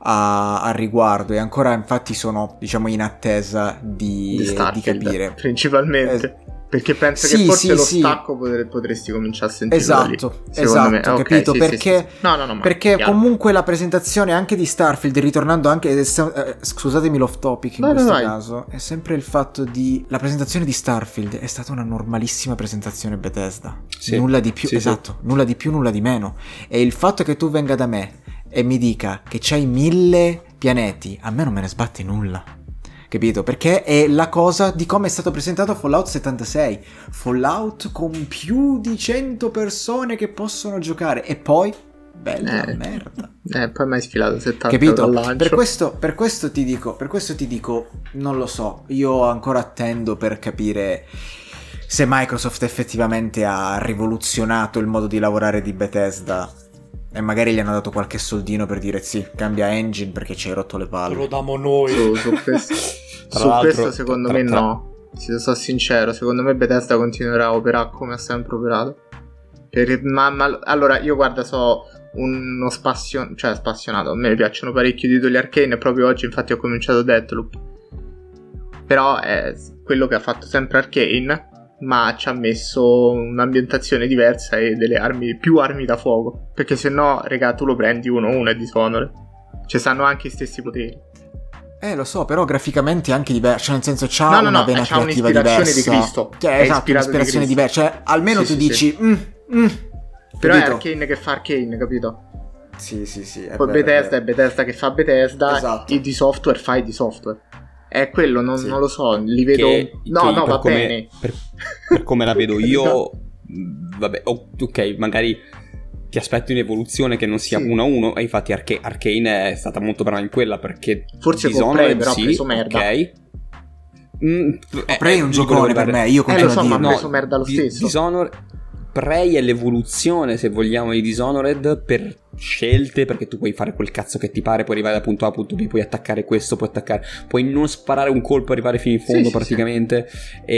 a riguardo, e ancora infatti sono, diciamo, in attesa di capire principalmente. Perché penso che forse stacco potresti cominciare a sentire. Esatto, me. Okay, capito? Sì, perché No, perché chiaro. Comunque la presentazione anche di Starfield, ritornando anche, scusatemi l'off topic in questo caso, è sempre il fatto di la presentazione di Starfield è stata una normalissima presentazione Bethesda. Nulla di più, esatto, nulla di più, nulla di meno. E il fatto che tu venga da me e mi dica che c'hai 1000 pianeti, a me non me ne sbatte nulla. Capito? Perché è la cosa di come è stato presentato Fallout 76. Fallout con più di 100 persone che possono giocare. E poi bella merda. Poi mi hai sfilato 70. Capito? Dal lancio. Per questo ti dico, non lo so. Io ancora attendo per capire se Microsoft effettivamente ha rivoluzionato il modo di lavorare di Bethesda. E magari gli hanno dato qualche soldino per dire sì, cambia engine perché ci hai rotto le palle. Lo diamo noi. Su questo secondo me no. Se sono sincero, secondo me Bethesda continuerà a operare come ha sempre operato. Allora, io guarda, so uno spassionato. A me piacciono parecchio i titoli Arcane e proprio oggi infatti ho cominciato Deathloop. Però è quello che ha fatto sempre Arcane, ma ci ha messo un'ambientazione diversa e più armi da fuoco, perché se no, raga, tu lo prendi 1-1 e Dishonored, ci stanno anche i stessi poteri. Lo so, però graficamente è anche diverso, cioè nel senso c'ha una vena c'ha creativa un'ispirazione diversa. di Cristo. Cioè, esatto, un'ispirazione diversa, cioè almeno tu dici però è Arcane che fa Arcane, capito? Sì, poi Bethesda è Bethesda che fa Bethesda, esatto. E di software fa di software. È quello, non lo so, li vedo... va bene. Per come la vedo io, vabbè, ok, magari ti aspetti un'evoluzione che non sia 1-1, e infatti Arcane è stata molto brava in quella, perché forse con Prey però ha preso merda. Ok. Prey è un giocone per me, io continuo a dire. Ma ha preso merda lo stesso. Dishonored, Prey è l'evoluzione, se vogliamo, di Dishonored per scelte, perché tu puoi fare quel cazzo che ti pare, puoi arrivare da punto A a punto B, puoi attaccare questo, puoi non sparare un colpo e arrivare fino in fondo praticamente.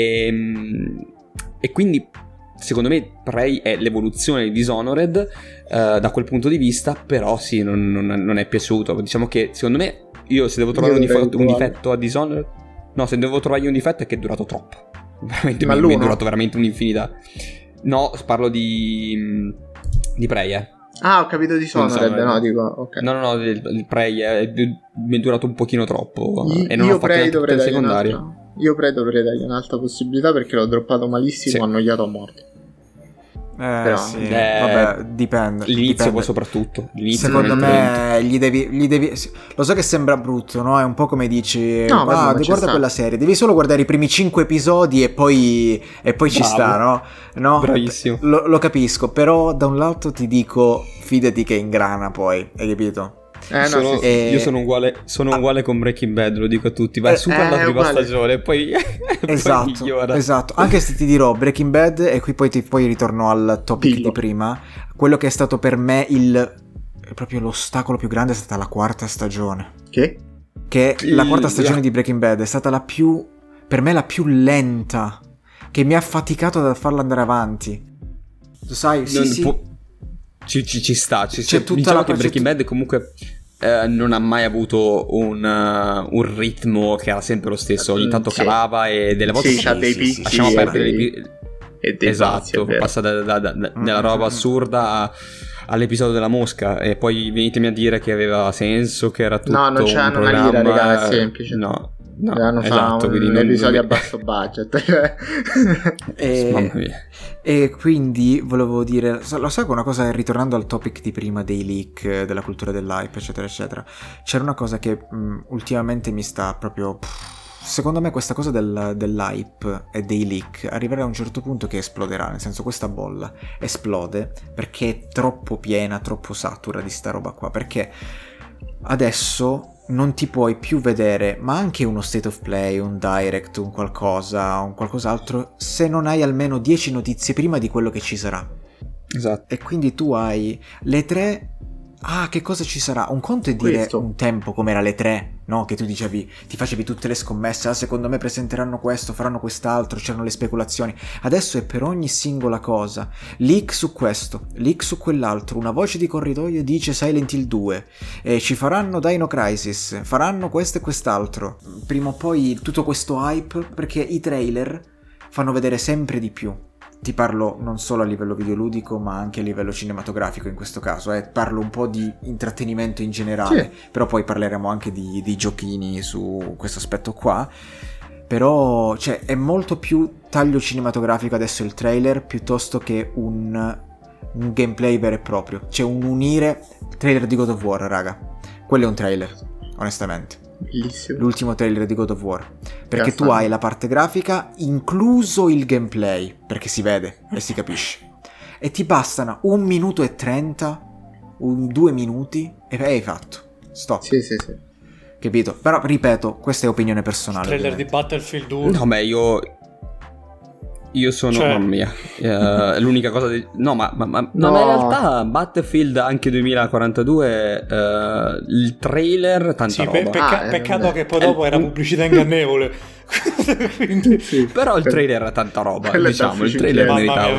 E quindi secondo me Prey è l'evoluzione di Dishonored da quel punto di vista, però sì, non è piaciuto. Diciamo che secondo me, io se devo trovare un difetto a Dishonored, no, se devo trovargli un difetto è che è durato troppo. Veramente mi è durato veramente un'infinità. No, parlo di Prey, Ah, ho capito Dishonored, no, dico, ok. No, il Prey mi è durato un pochino troppo. E non io ho fatto neanche tutte le secondarie. Io Prey dovrei dargli un'altra possibilità, perché l'ho droppato malissimo, annoiato a morte. Però, vabbè, dipende. L'inizio poi soprattutto. Secondo me gli devi. Lo so che sembra brutto, no? È un po' come dici, guarda quella serie, devi solo guardare i primi 5 episodi e poi ci sta, no? Bravissimo. Lo capisco, però da un lato ti dico, fidati che ingrana poi, hai capito? Io sono uguale con Breaking Bad, lo dico a tutti. Vai su per la prima stagione e poi esatto. Anche se ti dirò Breaking Bad, e qui poi ritorno al topic di prima, quello che è stato per me proprio l'ostacolo più grande è stata la quarta stagione. Che la quarta stagione di Breaking Bad è stata per me la più lenta, che mi ha faticato da farla andare avanti. Tu sai, ci sta. Diciamo che Breaking Bad comunque non ha mai avuto un ritmo che era sempre lo stesso. Ogni tanto calava e delle volte c'ha dei picchi, lasciamo perdere esatto, passa dalla roba assurda all'episodio della mosca, e poi venitemi a dire che aveva senso, che era tutto non c'è un programma. Una lira, raga, è semplice. No, esatto, un episodio a basso budget. Mamma mia. E quindi volevo dire, lo sai, una cosa, ritornando al topic di prima dei leak, della cultura dell'hype, eccetera eccetera, c'era una cosa che ultimamente mi sta proprio, secondo me questa cosa dell'hype e dei leak arriverà a un certo punto che esploderà, nel senso, questa bolla esplode perché è troppo piena, troppo satura di sta roba qua, perché adesso non ti puoi più vedere, ma anche uno state of play, un direct, un qualcos'altro, se non hai almeno 10 notizie prima di quello che ci sarà. Esatto. E quindi tu hai le 3. Che cosa ci sarà? Un conto è dire un tempo com'era le 3, no? Che tu dicevi, ti facevi tutte le scommesse, secondo me presenteranno questo, faranno quest'altro, c'erano le speculazioni. Adesso è per ogni singola cosa, leak su questo, leak su quell'altro, una voce di corridoio dice Silent Hill 2, ci faranno Dino Crisis, faranno questo e quest'altro. Prima o poi tutto questo hype, perché i trailer fanno vedere sempre di più. Ti parlo non solo a livello videoludico ma anche a livello cinematografico in questo caso, parlo un po' di intrattenimento in generale, sì. Però poi parleremo anche di giochini su questo aspetto qua. Però cioè, è molto più taglio cinematografico adesso il trailer piuttosto che un gameplay vero e proprio. C'è un unire trailer di God of War, raga, quello è un trailer, onestamente. Bellissimo. L'ultimo trailer di God of War, perché tu hai la parte grafica incluso il gameplay, perché si vede e si capisce, e ti bastano 1 minuto e 30, 2 minuti e hai fatto stop. Sì. Capito? Però ripeto, questa è opinione personale. Il trailer ovviamente. di Battlefield 2. No, beh, io sono, cioè... mamma mia, l'unica cosa no, ma in realtà Battlefield anche 2042, il trailer tanta sì, roba. Peccato che poi dopo era pubblicità ingannevole. Quindi... sì, però il trailer era tanta roba, diciamo, il trailer meritava.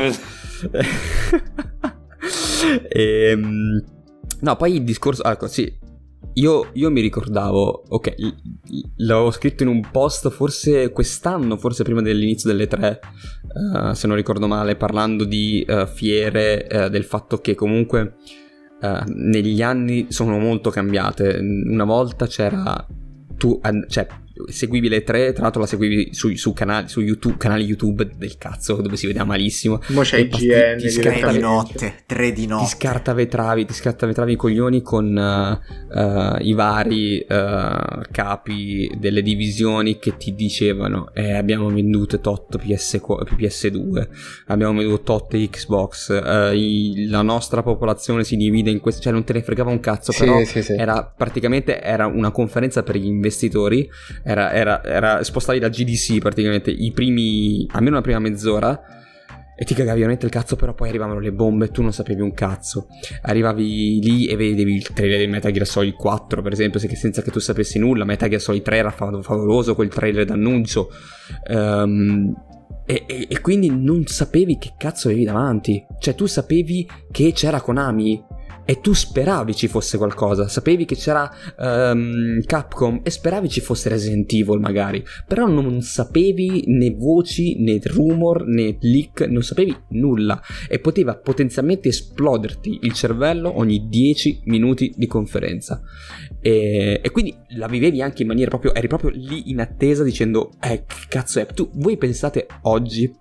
No, poi il discorso, ecco, sì. Io mi ricordavo, ok, l'avevo scritto in un post forse quest'anno, forse prima dell'inizio delle 3, se non ricordo male, parlando di fiere, del fatto che comunque negli anni sono molto cambiate. Una volta c'era, cioè seguivi le 3, tra l'altro la seguivi su canali YouTube del cazzo dove si vedeva malissimo. Mo c'è IGN ti scarta di notte, 3 di notte. Ti scartavetravi i coglioni con i vari capi delle divisioni che ti dicevano abbiamo venduto tot PS2, abbiamo venduto tot Xbox, la nostra popolazione si divide in questo, cioè non te ne fregava un cazzo, però sì. Era praticamente una conferenza per gli investitori. Era spostavi da GDC praticamente i primi, almeno la prima mezz'ora, e ti cagavi veramente il cazzo, però poi arrivavano le bombe e tu non sapevi un cazzo. Arrivavi lì e vedevi il trailer di Metal Gear Solid 4, per esempio, senza che tu sapessi nulla. Metal Gear Solid 3 era favoloso, quel trailer d'annuncio, e quindi non sapevi che cazzo avevi davanti. Cioè tu sapevi che c'era Konami e tu speravi ci fosse qualcosa, sapevi che c'era Capcom e speravi ci fosse Resident Evil magari, però non sapevi né voci, né rumor, né leak, non sapevi nulla, e poteva potenzialmente esploderti il cervello ogni 10 minuti di conferenza, e quindi la vivevi anche in maniera proprio, eri proprio lì in attesa dicendo che cazzo è. Voi pensate oggi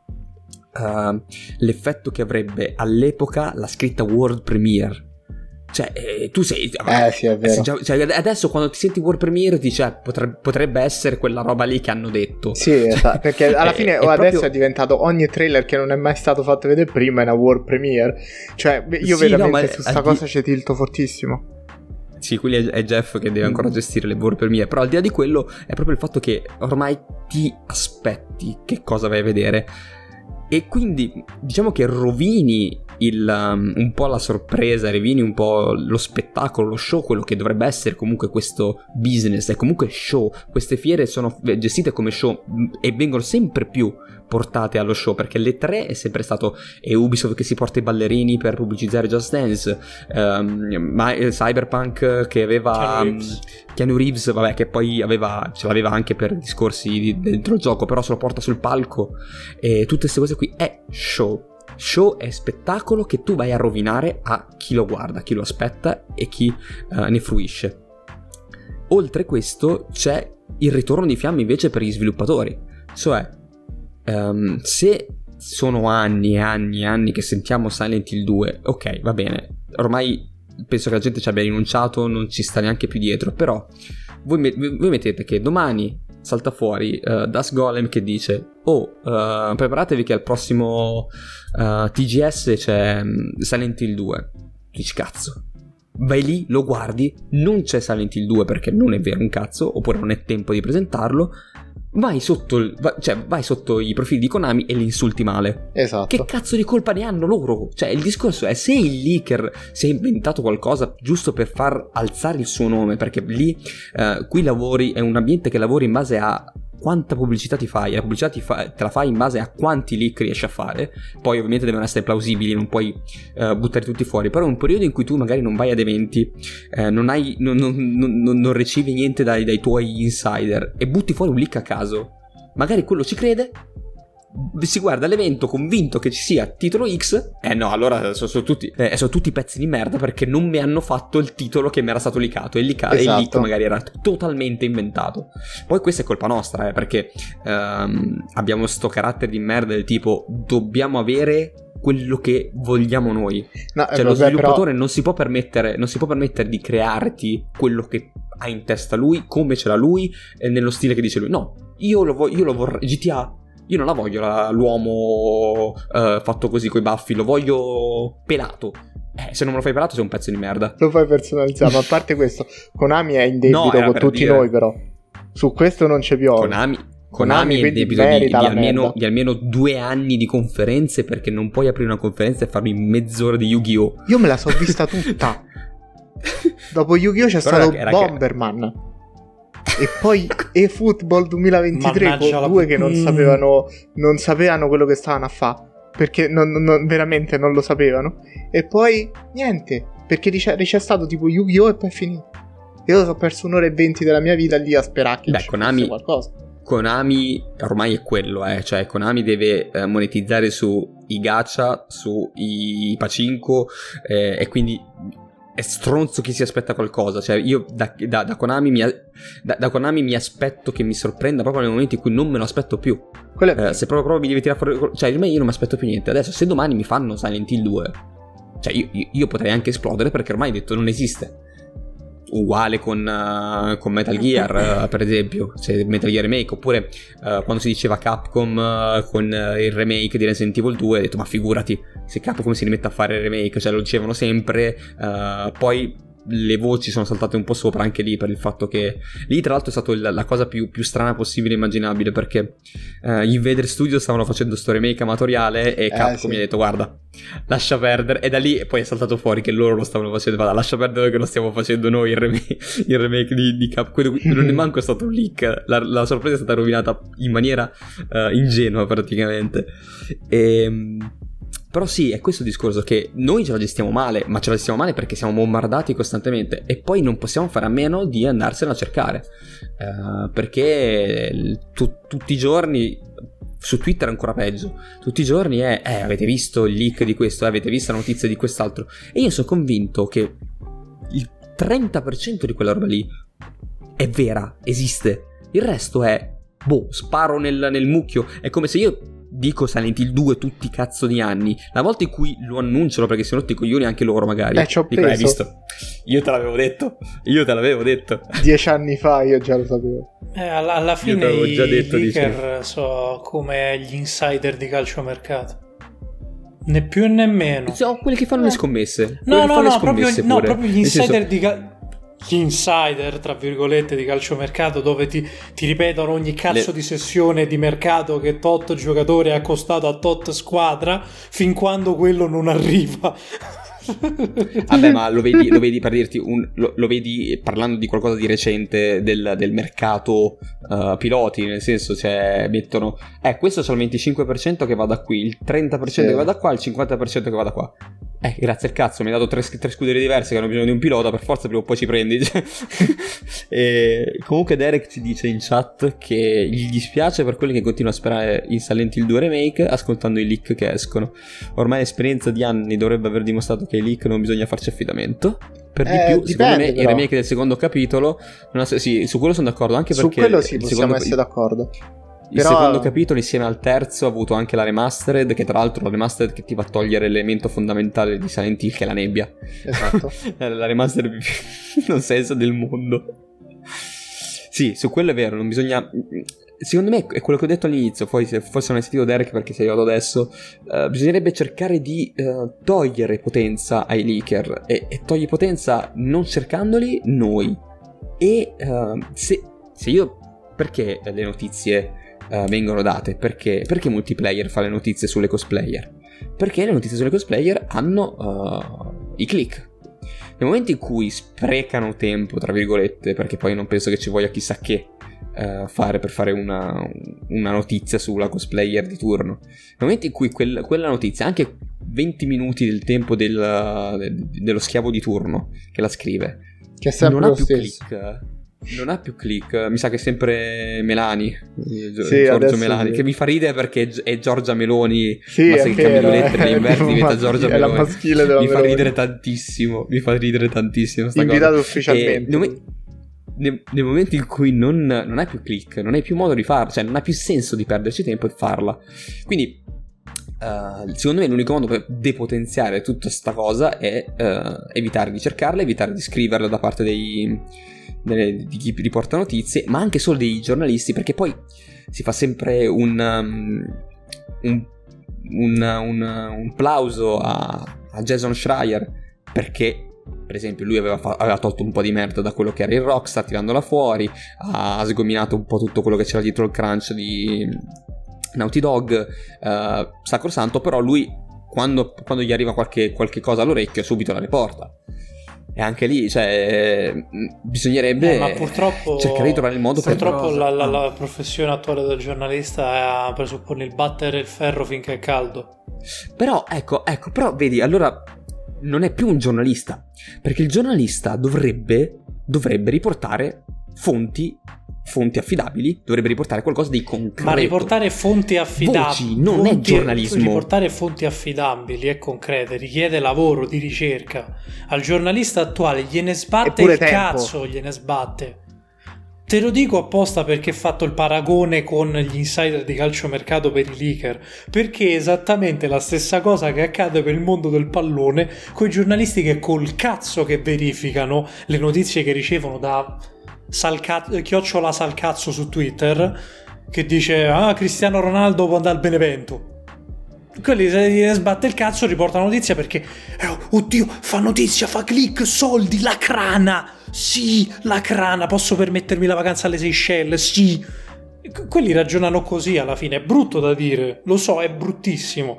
l'effetto che avrebbe all'epoca la scritta World Premiere. Cioè, tu sei... sì, è vero. Cioè, adesso quando ti senti World Premiere dici potrebbe essere quella roba lì che hanno detto. Sì, esatto, perché alla fine adesso proprio... è diventato ogni trailer che non è mai stato fatto vedere prima è una World Premiere. Cioè, io veramente su sta cosa c'è tilto fortissimo. Sì, quelli è Jeff che deve ancora gestire le World Premiere. Però al di là di quello è proprio il fatto che ormai ti aspetti che cosa vai a vedere. E quindi diciamo che rovini un po' la sorpresa, rovini un po' lo spettacolo, lo show, quello che dovrebbe essere comunque questo business, è comunque show. Queste fiere sono gestite come show e vengono sempre più portate allo show, perché le 3 è sempre stato Ubisoft che si porta i ballerini per pubblicizzare Just Dance, Cyberpunk che aveva Keanu Reeves, vabbè, che poi ce l'aveva anche per discorsi dentro il gioco, però se lo porta sul palco, e tutte queste cose qui è show è spettacolo che tu vai a rovinare a chi lo guarda, chi lo aspetta e chi ne fruisce. Oltre questo c'è il ritorno di fiamme invece per gli sviluppatori, cioè se sono anni e anni e anni che sentiamo Silent Hill 2, ok, va bene, ormai penso che la gente ci abbia rinunciato, non ci sta neanche più dietro, però voi mettete che domani salta fuori Das Golem che dice preparatevi che al prossimo TGS c'è Silent Hill 2. Dici cazzo, vai lì, lo guardi, non c'è Silent Hill 2 perché non è vero un cazzo, oppure non è tempo di presentarlo, vai sotto i profili di Konami e li insulti male. Esatto. Che cazzo di colpa ne hanno loro? Cioè, il discorso è, se il leaker si è inventato qualcosa giusto per far alzare il suo nome, perché lì qui lavori, è un ambiente che lavori in base a quanta pubblicità ti fai, la pubblicità te la fai in base a quanti leak riesci a fare, poi ovviamente devono essere plausibili, non puoi buttare tutti fuori, però è un periodo in cui tu magari non vai ad eventi, non ricevi niente dai tuoi insider e butti fuori un leak a caso, magari quello ci crede, si guarda l'evento convinto che ci sia titolo X, no, allora sono tutti pezzi di merda perché non mi hanno fatto il titolo che mi era stato leakato e il leak magari era totalmente inventato. Poi questa è colpa nostra, perché abbiamo sto carattere di merda del tipo dobbiamo avere quello che vogliamo noi, cioè lo sviluppatore non si può permettere di crearti quello che ha in testa lui, come ce l'ha lui, nello stile che dice lui. No, io lo vorrei GTA. Io non la voglio l'uomo fatto così coi baffi, lo voglio pelato. Se non me lo fai pelato sei un pezzo di merda. Lo fai personalizzato, ma a parte questo, Konami è in debito con tutti noi, però. Su questo non c'è più. Konami è in debito di almeno 2 anni di conferenze, perché non puoi aprire una conferenza e farmi mezz'ora di Yu-Gi-Oh! Io me la so vista tutta. Dopo Yu-Gi-Oh! C'è stato Bomberman. E poi eFootball 2023 con due che non sapevano quello che stavano a fare, perché veramente non lo sapevano. E poi niente, perché c'è stato tipo Yu-Gi-Oh! E poi è finito. Io ho perso 1 ora e 20 della mia vita lì a sperare che ci fosse qualcosa. Konami ormai è quello, cioè Konami deve monetizzare su i gacha, su i pachinko, e quindi è stronzo chi si aspetta qualcosa. Cioè io da Konami mi aspetto che mi sorprenda proprio nei momenti in cui non me lo aspetto più. Se proprio mi devi tirare fuori, cioè ormai io non mi aspetto più niente. Adesso se domani mi fanno Silent Hill 2, cioè io potrei anche esplodere, perché ormai detto non esiste. Uguale con Metal Gear, per esempio, cioè Metal Gear Remake, oppure quando si diceva Capcom con il remake di Resident Evil 2, ho detto ma figurati se Capcom si rimette a fare il remake, cioè lo dicevano sempre, poi le voci sono saltate un po' sopra anche lì, per il fatto che lì tra l'altro è stata la cosa più strana possibile immaginabile, perché gli Invader Studios stavano facendo sto remake amatoriale e Capcom mi ha detto guarda, lascia perdere, e da lì poi è saltato fuori che loro lo stavano facendo, guarda, lascia perdere che lo stiamo facendo noi il remake di Capcom. Non è manco stato un leak, la sorpresa è stata rovinata in maniera ingenua praticamente. Però sì, è questo il discorso, che noi ce la gestiamo male, ma ce la gestiamo male perché siamo bombardati costantemente e poi non possiamo fare a meno di andarsela a cercare, perché tutti i giorni, su Twitter è ancora peggio, tutti i giorni avete visto il leak di questo, avete visto la notizia di quest'altro, e io sono convinto che il 30% di quella roba lì è vera, esiste, il resto è sparo nel mucchio. È come se io dico Silent Hill 2 tutti i cazzo di anni, la volta in cui lo annunciano, perché si sono rotti i coglioni anche loro magari, ci ho dico, preso. hai visto? Io te l'avevo detto 10 anni fa io già lo sapevo. Alla fine i già detto, leaker sono come gli insider di calciomercato, né più né meno. Sono quelli che fanno le scommesse. No, proprio gli insider gli insider, tra virgolette, di calciomercato, dove ti ripetono ogni cazzo di sessione di mercato che tot giocatore ha costato a tot squadra, fin quando quello non arriva. Vabbè, ma lo vedi per dirti lo vedi parlando di qualcosa di recente del mercato piloti, nel senso, cioè mettono questo c'è il 25% che va da qui, il 30% che va da qua, il 50% che va da qua. Grazie al cazzo, mi hai dato tre scuderie diverse che hanno bisogno di un pilota, per forza prima o poi ci prendi. E comunque Derek ci dice in chat che gli dispiace per quelli che continuano a sperare in Silent Hill 2 Remake ascoltando i leak che escono. Ormai l'esperienza di anni dovrebbe aver dimostrato che ai leak non bisogna farci affidamento. Per di più, secondo me il remake del secondo capitolo sì, su quello sono d'accordo, anche perché su quello sì, possiamo essere d'accordo. Il secondo capitolo insieme al terzo ha avuto anche la remastered, che tra l'altro la remastered che ti va a togliere l'elemento fondamentale di Silent Hill, che è la nebbia. Esatto. La remastered più non senso del mondo. Sì, su quello è vero, non bisogna... Secondo me è quello che ho detto all'inizio, poi se forse non hai sentito Derek perché sei arrivato adesso, bisognerebbe cercare di togliere potenza ai leaker, e togli potenza non cercandoli noi. E se io perché le notizie vengono date? Perché Multiplayer fa le notizie sulle cosplayer? Perché le notizie sulle cosplayer hanno i click. Nel momento in cui sprecano tempo, tra virgolette, perché poi non penso che ci voglia chissà che fare per fare una notizia sulla cosplayer di turno, nel momento in cui quella notizia, anche 20 minuti del tempo dello schiavo di turno che la scrive, che non ha più click, non ha più click, mi sa che è sempre Melani, Giorgio Melani, che mi fa ridere perché è Giorgia Meloni, ma se cambi le lettere le inverti diventa Giorgia Meloni, è la maschile della mi Meloni. Fa ridere tantissimo sta invitato cosa. ufficialmente. Nel momento in cui non hai più click, non hai più modo di farla, cioè non ha più senso di perderci tempo e farla. Quindi secondo me l'unico modo per depotenziare tutta sta cosa è evitare di cercarla, evitare di scriverla da parte di chi riporta notizie, ma anche solo dei giornalisti, perché poi si fa sempre un plauso a Jason Schreier, perché per esempio lui aveva tolto un po' di merda da quello che era il Rockstar, tirandola fuori, ha sgominato un po' tutto quello che c'era dietro il crunch di Naughty Dog, sacrosanto, però lui quando gli arriva qualche cosa all'orecchio subito la riporta. E anche lì, cioè, bisognerebbe ma purtroppo, cercare di trovare il modo purtroppo la professione attuale del giornalista presuppone il battere il ferro finché è caldo. Però ecco, però vedi, allora non è più un giornalista, perché il giornalista dovrebbe riportare fonti affidabili, dovrebbe riportare qualcosa di concreto. Ma riportare fonti affidabili non è giornalismo. Riportare fonti affidabili e concrete richiede lavoro di ricerca. Al giornalista attuale gliene sbatte il cazzo, gliene sbatte. Te lo dico apposta perché ho fatto il paragone con gli insider di calciomercato per i leaker, perché è esattamente la stessa cosa che accade per il mondo del pallone, con i giornalisti che col cazzo che verificano le notizie che ricevono da chiocciola Salcazzo su Twitter, che dice Cristiano Ronaldo può andare al Benevento. Quelli se gli sbatte il cazzo riportano notizia perché oddio, fa notizia, fa click, soldi, la crana, sì, la crana, posso permettermi la vacanza alle Seychelles, sì. Quelli ragionano così alla fine, è brutto da dire, lo so, è bruttissimo.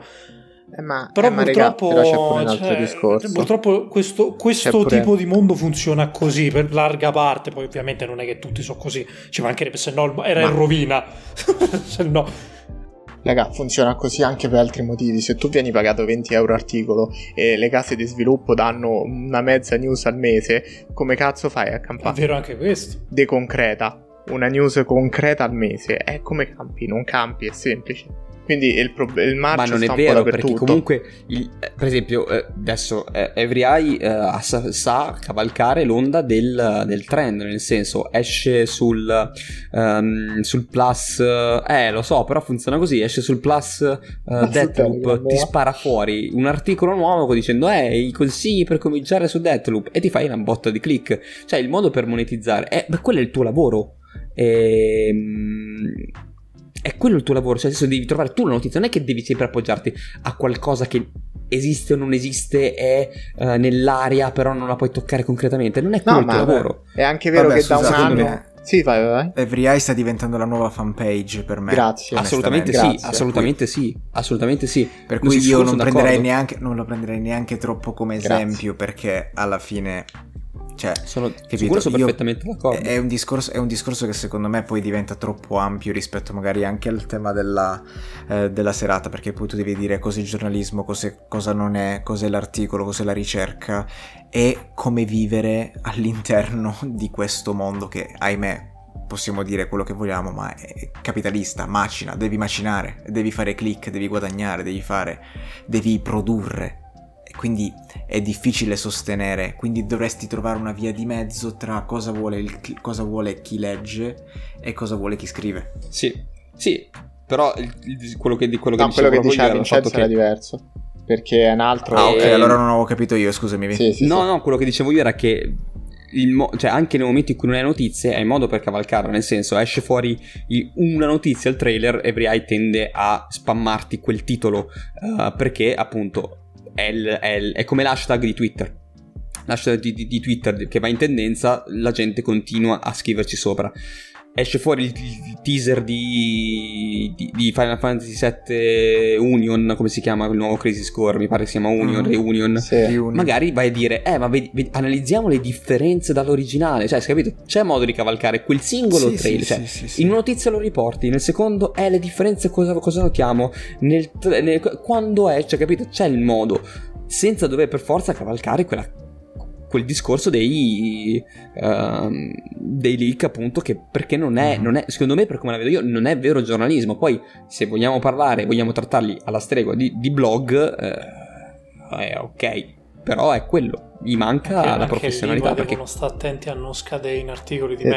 Però purtroppo, però c'è pure un altro discorso. Purtroppo questo tipo di mondo funziona così per larga parte. Poi ovviamente non è che tutti sono così, ci mancherebbe, se no era in rovina. Se no, raga, funziona così anche per altri motivi. Se tu vieni pagato 20 euro articolo e le case di sviluppo danno una mezza news al mese, come cazzo fai a campare? È vero anche questo. De concreta, una news concreta al mese, come campi? Non campi, è semplice. Quindi il marcio, ma non è vero, perché comunque per esempio adesso Every Eye sa cavalcare l'onda del trend, nel senso esce sul Plus, lo so, però funziona così, esce sul Plus Deathloop, ti spara fuori un articolo nuovo dicendo i consigli per cominciare su Deathloop e ti fai una botta di click, cioè il modo per monetizzare quello è il tuo lavoro. È quello il tuo lavoro, cioè adesso devi trovare tu la notizia, non è che devi sempre appoggiarti a qualcosa che esiste o non esiste, è nell'aria però non la puoi toccare concretamente, non è quello il tuo lavoro. È anche vero che da un anno... Sì, vai. Every Eye sta diventando la nuova fanpage per me. Grazie. Assolutamente sì. Per cui io non lo prenderei neanche troppo come esempio, perché alla fine... Cioè, sono perfettamente d'accordo. È un discorso che secondo me poi diventa troppo ampio rispetto magari anche al tema della serata, perché poi tu devi dire cos'è il giornalismo, cosa non è, cos'è l'articolo, cos'è la ricerca e come vivere all'interno di questo mondo che, ahimè, possiamo dire quello che vogliamo, ma è capitalista, macina, devi macinare, devi fare click, devi guadagnare, devi produrre. Quindi è difficile sostenere, quindi dovresti trovare una via di mezzo tra cosa vuole chi legge e cosa vuole chi scrive. Sì, però quello che diceva Vincenzo era diverso, perché è un altro... ok, allora non avevo capito io, scusami. Sì. No, quello che dicevo io era che cioè anche nel momento in cui non hai notizie è modo per cavalcarla, nel senso esce fuori una notizia, il trailer, Every Eye tende a spammarti quel titolo perché appunto è come l'hashtag di Twitter. L'hashtag di Twitter che va in tendenza, la gente continua a scriverci sopra. esce fuori il teaser di Final Fantasy VII Union, come si chiama il nuovo Crisis Core, mi pare si chiama Union, Reunion, sì. Magari vai a dire ma analizziamo le differenze dall'originale, cioè, capito? C'è modo di cavalcare quel singolo trailer, in una notizia lo riporti, nel secondo le differenze cosa notiamo, quando cioè, capito? C'è il modo, senza dover per forza cavalcare quel discorso dei leak, appunto, che perché non è secondo me, per come la vedo io, non è vero giornalismo. Poi se vogliamo trattarli alla stregua di blog, ok, però è quello, gli manca la professionalità, lì perché devono stare attenti a non scadere in articoli di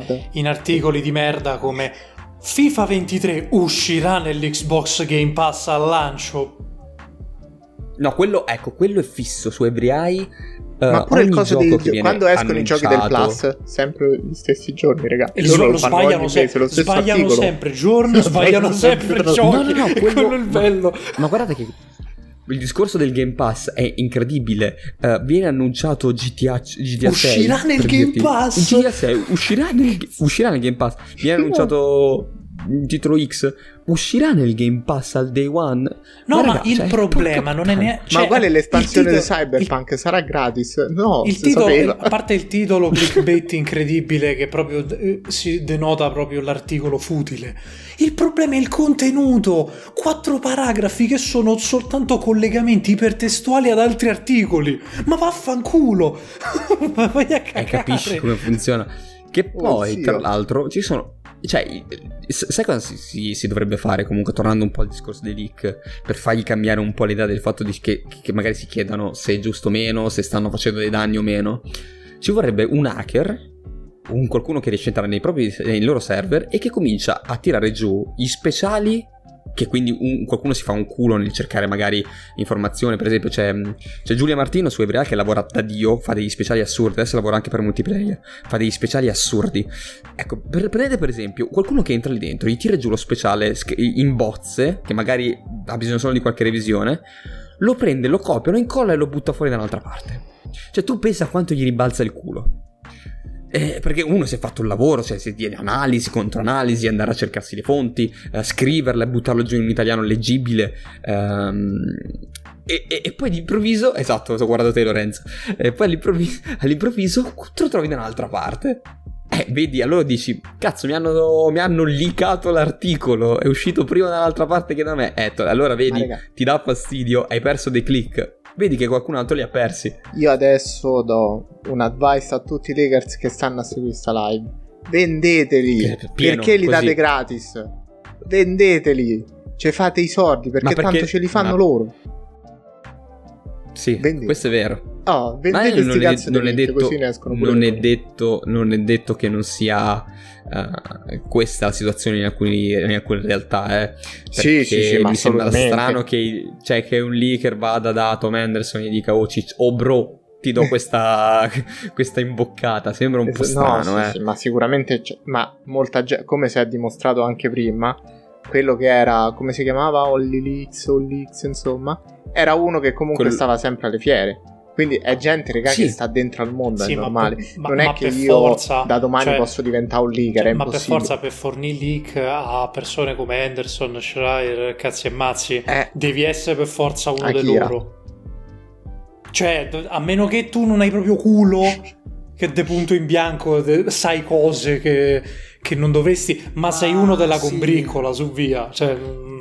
merda come FIFA 23 uscirà nell'Xbox Game Pass al lancio. No, quello è fisso su Every Eye. Ma pure il coso quando escono i giochi del Plus, sempre gli stessi giorni, ragazzi. E lo sbagliano sempre giorno, sbagliano sempre giochi. No, quello è il bello. Ma guardate che il discorso del Game Pass è incredibile. Viene annunciato GTA 6 uscirà nel Game Pass. GTA 6 uscirà nel Game Pass. Viene annunciato il titolo X, uscirà nel Game Pass al day one. No, ma il problema non è neanche, ma quale l'espansione di Cyberpunk sarà gratis? No, il titolo, a parte il titolo clickbait incredibile che proprio si denota proprio l'articolo futile, il problema è il contenuto, 4 paragrafi che sono soltanto collegamenti ipertestuali ad altri articoli. Ma vaffanculo. Ma vai a cagare. Capisci come funziona? Che poi tra l'altro ci sono, cioè, sai cosa si dovrebbe fare, comunque, tornando un po' al discorso dei leak, per fargli cambiare un po' l'idea del fatto che magari si chiedano se è giusto o meno, se stanno facendo dei danni o meno. Ci vorrebbe un hacker, qualcuno che riesce a entrare nei loro server e che comincia a tirare giù gli speciali, che quindi qualcuno si fa un culo nel cercare magari informazioni. Per esempio c'è Giulia Martino su Every Eye che lavora da Dio, fa degli speciali assurdi, adesso lavora anche per multiplayer, fa degli speciali assurdi. Ecco, prendete per esempio qualcuno che entra lì dentro, gli tira giù lo speciale in bozze, che magari ha bisogno solo di qualche revisione, lo prende, lo copia, lo incolla e lo butta fuori da un'altra parte. Cioè, tu pensa quanto gli ribalza il culo. Perché uno si è fatto un lavoro, cioè si tiene analisi, controanalisi, andare a cercarsi le fonti, scriverle, buttarlo giù in un italiano leggibile, e poi all'improvviso, esatto, sto guardando te, Lorenzo, e poi all'improvviso te lo trovi da un'altra parte. Vedi, allora dici, cazzo, mi hanno leakato l'articolo, è uscito prima dall'altra parte che da me. Allora vedi, ti dà fastidio, hai perso dei click. Vedi che qualcun altro li ha persi. Io adesso do un advice a tutti i Lakers che stanno a seguire questa live: vendeteli, perché li date gratis. Vendeteli, cioè fate i soldi, perché tanto ce li fanno loro. Sì, questo è vero. Vendete sti cazzo di link, così ne escono pure. Non è detto che non sia questa la situazione in alcune realtà, sì, ma mi sembra strano che un leaker vada da Tom Anderson e gli dica bro, ti do questa imboccata. Sembra un po' strano. Sì, ma sicuramente ma molta gente, come si è dimostrato anche prima, quello che era, come si chiamava, Olly Leaks, insomma, era uno che comunque stava sempre alle fiere. Quindi è gente, ragazzi, che sta dentro al mondo, è normale. Non è che io da domani posso diventare un leaker, è impossibile. Ma per forza, per fornire leak a persone come Anderson, Schreier, cazzi e mazzi, devi essere per forza uno di loro. Cioè, a meno che tu non hai proprio culo, che de punto in bianco sai cose che non dovresti, ma sei uno della combriccola, su via. Cioè,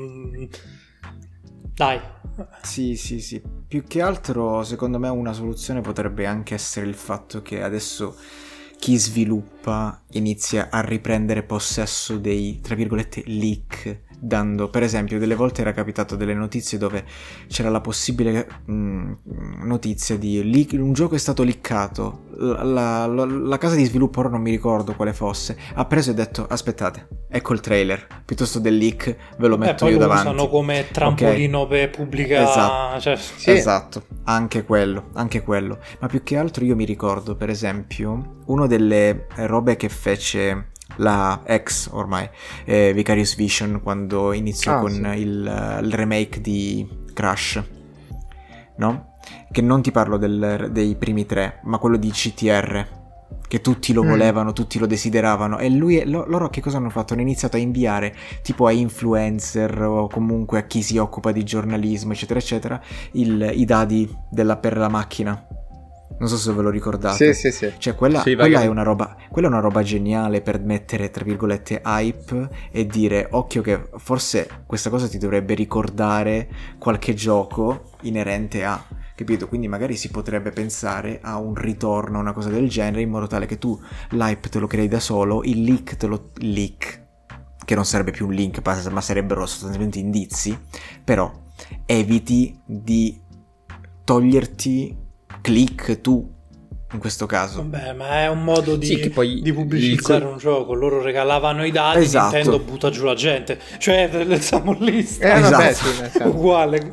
dai. Sì. Più che altro, secondo me, una soluzione potrebbe anche essere il fatto che adesso chi sviluppa inizia a riprendere possesso dei, tra virgolette, leak, dando, per esempio, delle volte era capitato delle notizie dove c'era la possibile notizia di leak, un gioco è stato leakato, la casa di sviluppo, ora non mi ricordo quale fosse, ha preso e detto: aspettate, ecco il trailer, piuttosto del leak ve lo metto io davanti. Poi lo usano come trampolino per pubblicare. Esatto. Cioè, sì. Esatto, anche quello, ma più che altro io mi ricordo, per esempio, una delle robe che fece la ex ormai Vicarious Vision quando iniziò con il remake di Crash, no? Che non ti parlo dei primi 3, ma quello di CTR, che tutti lo volevano, tutti lo desideravano, e loro che cosa hanno fatto? Hanno iniziato a inviare tipo a influencer o comunque a chi si occupa di giornalismo eccetera eccetera i dadi per la macchina. Non so se ve lo ricordate. Sì. Cioè quella è una roba geniale per mettere tra virgolette hype e dire occhio che forse questa cosa ti dovrebbe ricordare qualche gioco inerente a, capito? Quindi magari si potrebbe pensare a un ritorno, una cosa del genere, in modo tale che tu l'hype te lo crei da solo, il leak che non sarebbe più un link ma sarebbero sostanzialmente indizi, però eviti di toglierti click tu in questo caso. Vabbè, ma è un modo di, che poi di pubblicizzare un gioco. Loro regalavano i dati, Esatto. Nintendo butta giù la gente, cioè siamo lì Esatto. Vabbè, sì, nel senso. uguale.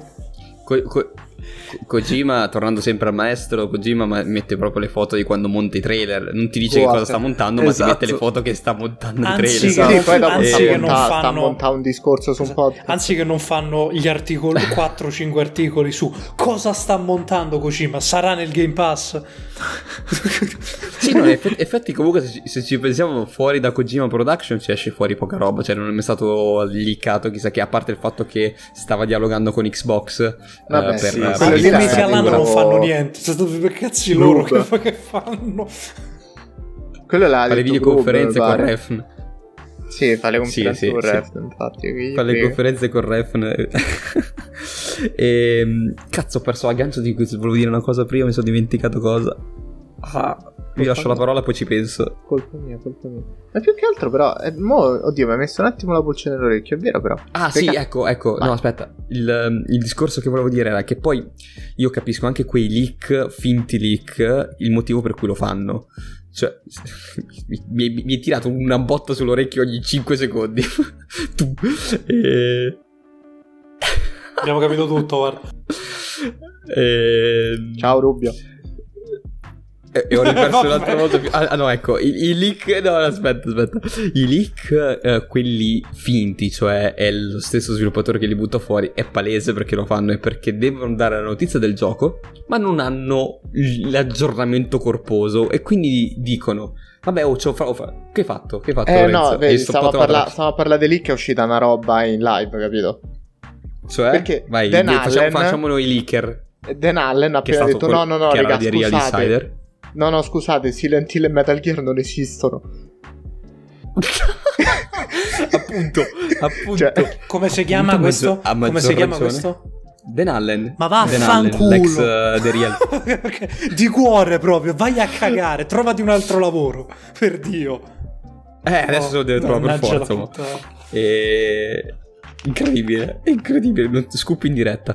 Kojima, tornando sempre al maestro, Kojima mette proprio le foto di quando monta i trailer. Non ti dice che cosa sta montando, ma ti mette le foto che sta montando i trailer. Esatto. Sì, poi dopo Anzi, che non sta fanno montando un discorso su un podcast. Anzi che non fanno gli articoli 4-5 articoli su cosa sta montando Kojima, sarà nel Game Pass. Sì, no, effetti comunque se ci pensiamo, fuori da Kojima Production ci esce fuori poca roba. Cioè non è mai stato leakato chissà che, a parte il fatto che stava dialogando con Xbox. Vabbè, per sì, Ma lì i mesi era all'anno tipo- non fanno niente, sono stati per cazzi loro che fanno. Quello là fare videoconferenze con Refn. Sì, fa le conferenze Sì, con sì. Refn, infatti. Fa le conferenze con Refn. Cazzo, ho perso l'aggancio di cui volevo dire una cosa prima, mi sono dimenticato cosa. Vi lascio la parola, poi ci penso. Colpa mia. Ma più che altro però, oddio, mi ha messo un attimo la pulce nell'orecchio, è vero però. Sì, ecco. Vai. No, aspetta. Il discorso che volevo dire era che poi io capisco anche quei leak, finti leak, il motivo per cui lo fanno. Cioè, mi è tirato una botta sull'orecchio ogni 5 secondi. Abbiamo capito tutto, guarda. Ciao Rubio. E ho riperso un'altra volta. No, ecco, i leak. No, aspetta. I leak, quelli finti, cioè è lo stesso sviluppatore che li butta fuori, è palese perché lo fanno e perché devono dare la notizia del gioco, ma non hanno l'aggiornamento corposo e quindi dicono: vabbè, che hai fatto? Che hai fatto, Lorenzo? No, vedi, stiamo a parlare di leak, è uscita una roba in live, capito? Cioè, perché vai, Dan Allen, facciamo noi i leaker. Dan Allen ha appena detto no, che era raga, di Real scusate. Insider. No, scusate, Silent Hill e Metal Gear non esistono. appunto. Cioè, Come si chiama questo? A maggior Come si chiama ragione. questo? Dan Allen. Ma Dan Allen, vaffanculo. l'ex The Real. Di cuore proprio, vai a cagare, trovati un altro lavoro, per Dio. Adesso lo deve trovare per forza. Ma. Incredibile, non scoop in diretta.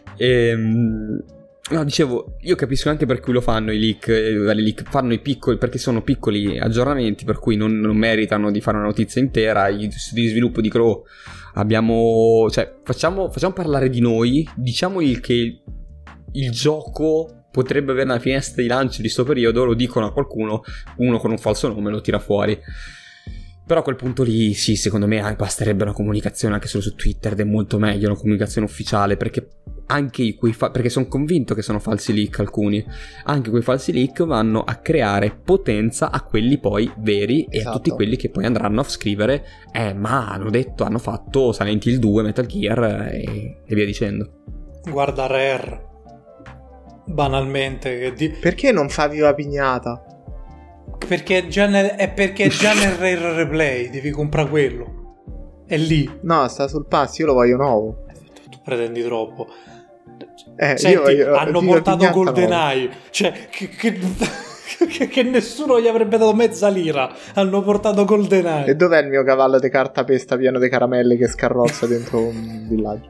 No, dicevo, io capisco anche per cui lo fanno i leak, fanno i piccoli, perché sono piccoli aggiornamenti, per cui non meritano di fare una notizia intera. Gli studi di sviluppo dicono: facciamo parlare di noi, diciamogli che il gioco potrebbe avere una finestra di lancio di sto periodo, lo dicono a qualcuno, uno con un falso nome lo tira fuori. Però a quel punto lì, sì, secondo me basterebbe una comunicazione anche solo su Twitter, ed è molto meglio una comunicazione ufficiale, perché anche perché sono convinto che sono falsi leak alcuni, anche quei falsi leak vanno a creare potenza a quelli poi veri, e a tutti quelli che poi andranno a scrivere ma hanno fatto Silent Hill 2, Metal Gear e via dicendo. Guarda Rare, banalmente, perché non fa Viva Pignata? Perché già nel Rare Replay devi comprare quello. È lì. No, sta sul pass, io lo voglio nuovo. Tu pretendi troppo. Senti, hanno portato GoldenEye, cioè che nessuno gli avrebbe dato mezza lira. Hanno portato GoldenEye. E dov'è il mio cavallo di cartapesta pieno di caramelle che scarrozza dentro un villaggio?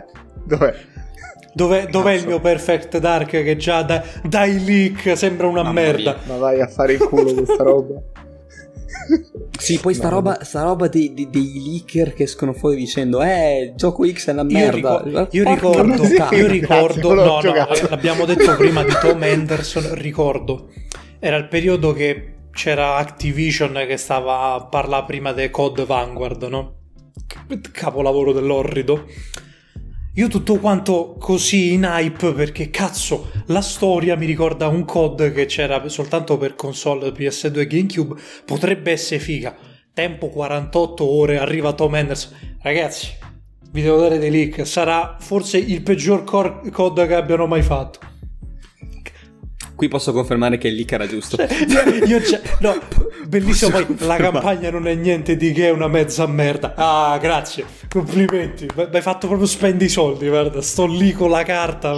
Dov'è il mio Perfect Dark che già dai leak sembra una merda? Ma vai a fare il culo questa roba. Sì, poi sta roba dei leaker che escono fuori dicendo gioco X è una merda. Io ricordo no, l'abbiamo detto prima di Tom Henderson, ricordo. Era il periodo che c'era Activision che stava a parlare prima di COD Vanguard, no? Capolavoro dell'orrido. io tutto quanto così in hype perché cazzo la storia mi ricorda un COD che c'era soltanto per console PS2 e GameCube, potrebbe essere figa. Tempo 48 ore, arriva Tom Henderson. Ragazzi, vi devo dare dei leak, sarà forse il peggior COD che abbiano mai fatto. Qui posso confermare che il leak era giusto. No, bellissimo. Poi la campagna non è niente di che, è una mezza merda. Ah, grazie, complimenti, mi hai fatto proprio spendi i soldi, guarda, sto lì con la carta.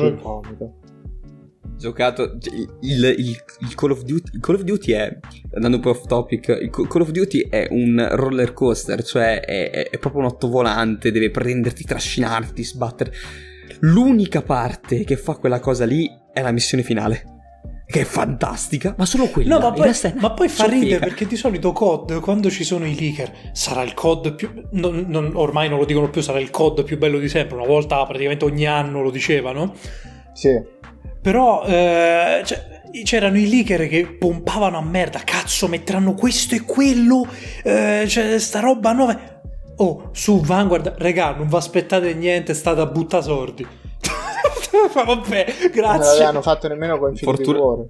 Giocato il Call of Duty è, andando un po' off topic, il Call of Duty è un roller coaster, cioè è proprio un ottovolante, deve prenderti, trascinarti, sbattere. L'unica parte che fa quella cosa lì è la missione finale, che è fantastica, ma solo quella. No, ma poi fa ridere perché di solito COD, quando ci sono i leaker, sarà il COD più ormai non lo dicono più, sarà il COD più bello di sempre. Una volta praticamente ogni anno lo dicevano. Sì. Però c'erano i leaker che pompavano a merda. Cazzo, metteranno questo e quello, cioè sta roba nuova. Oh, su Vanguard, regà, non vi aspettate niente, state a buttare sordi. Ma vabbè, grazie. Non l'avevano fatto nemmeno con Infinity War.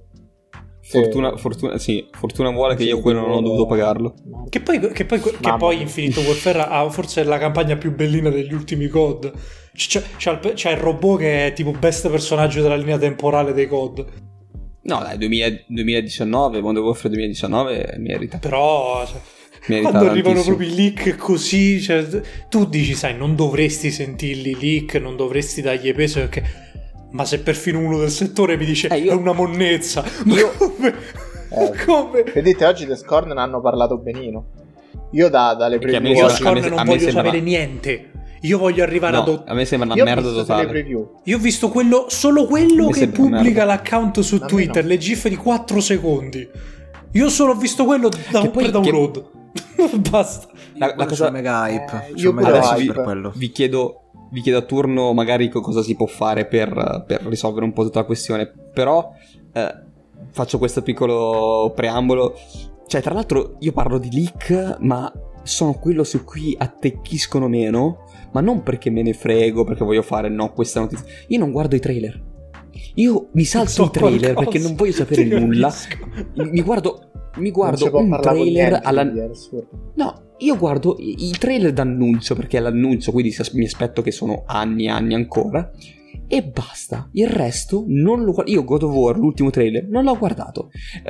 Fortuna vuole che io quello non ho dovuto pagarlo. Che poi Infinite Warfare ha forse la campagna più bellina degli ultimi COD. C'è il robot che è tipo best personaggio della linea temporale dei COD. No dai, 2019, Modern Warfare 2019 merita. Però quando arrivano proprio i leak così, cioè, tu dici, sai, non dovresti sentirli leak, non dovresti dargli peso perché... Ma se perfino uno del settore mi dice è una monnezza, come? Vedete, oggi The Scorn ne hanno parlato benino. Io dalle preview io Scorn non voglio sapere niente. Io voglio arrivare a me sembra una merda totale. Io ho visto solo quello che pubblica l'account su Twitter, le gif di 4 secondi. Io solo ho visto quello per download. Basta. La cosa mega hype. Io adesso per quello. Vi chiedo a turno magari cosa si può fare per risolvere un po' tutta la questione. Però faccio questo piccolo preambolo. Cioè, tra l'altro io parlo di leak, ma sono quello su cui attecchiscono meno. Ma non perché me ne frego, perché voglio fare questa notizia. Io non guardo i trailer. Io mi salto i trailer perché non voglio sapere nulla. Mi guardo un trailer No, io guardo i trailer d'annuncio, perché è l'annuncio, quindi mi aspetto che sono anni ancora, e basta. Il resto non lo guardo. Io God of War, l'ultimo trailer, non l'ho guardato.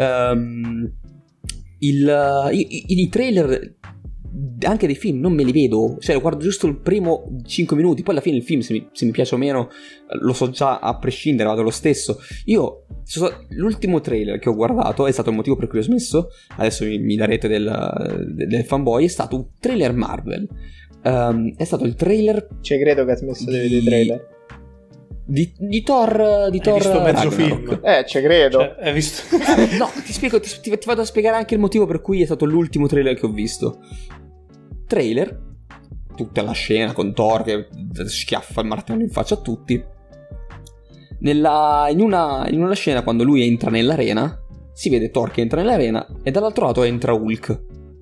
I trailer anche dei film non me li vedo, cioè guardo giusto il primo 5 minuti, poi alla fine il film se mi piace o meno lo so già a prescindere, vado lo stesso. L'ultimo trailer che ho guardato è stato il motivo per cui ho smesso, adesso mi darete del fanboy, è stato un trailer Marvel. È stato il trailer, ci credo che ha smesso di vedere i trailer di Thor. Hai visto mezzo film? Ci credo. Cioè, hai visto? No, ti spiego, ti vado a spiegare anche il motivo per cui è stato l'ultimo trailer che ho visto. Trailer, tutta la scena con Thor che schiaffa il martello in faccia a tutti. In una scena, quando lui entra nell'arena, si vede Thor che entra nell'arena e dall'altro lato entra Hulk.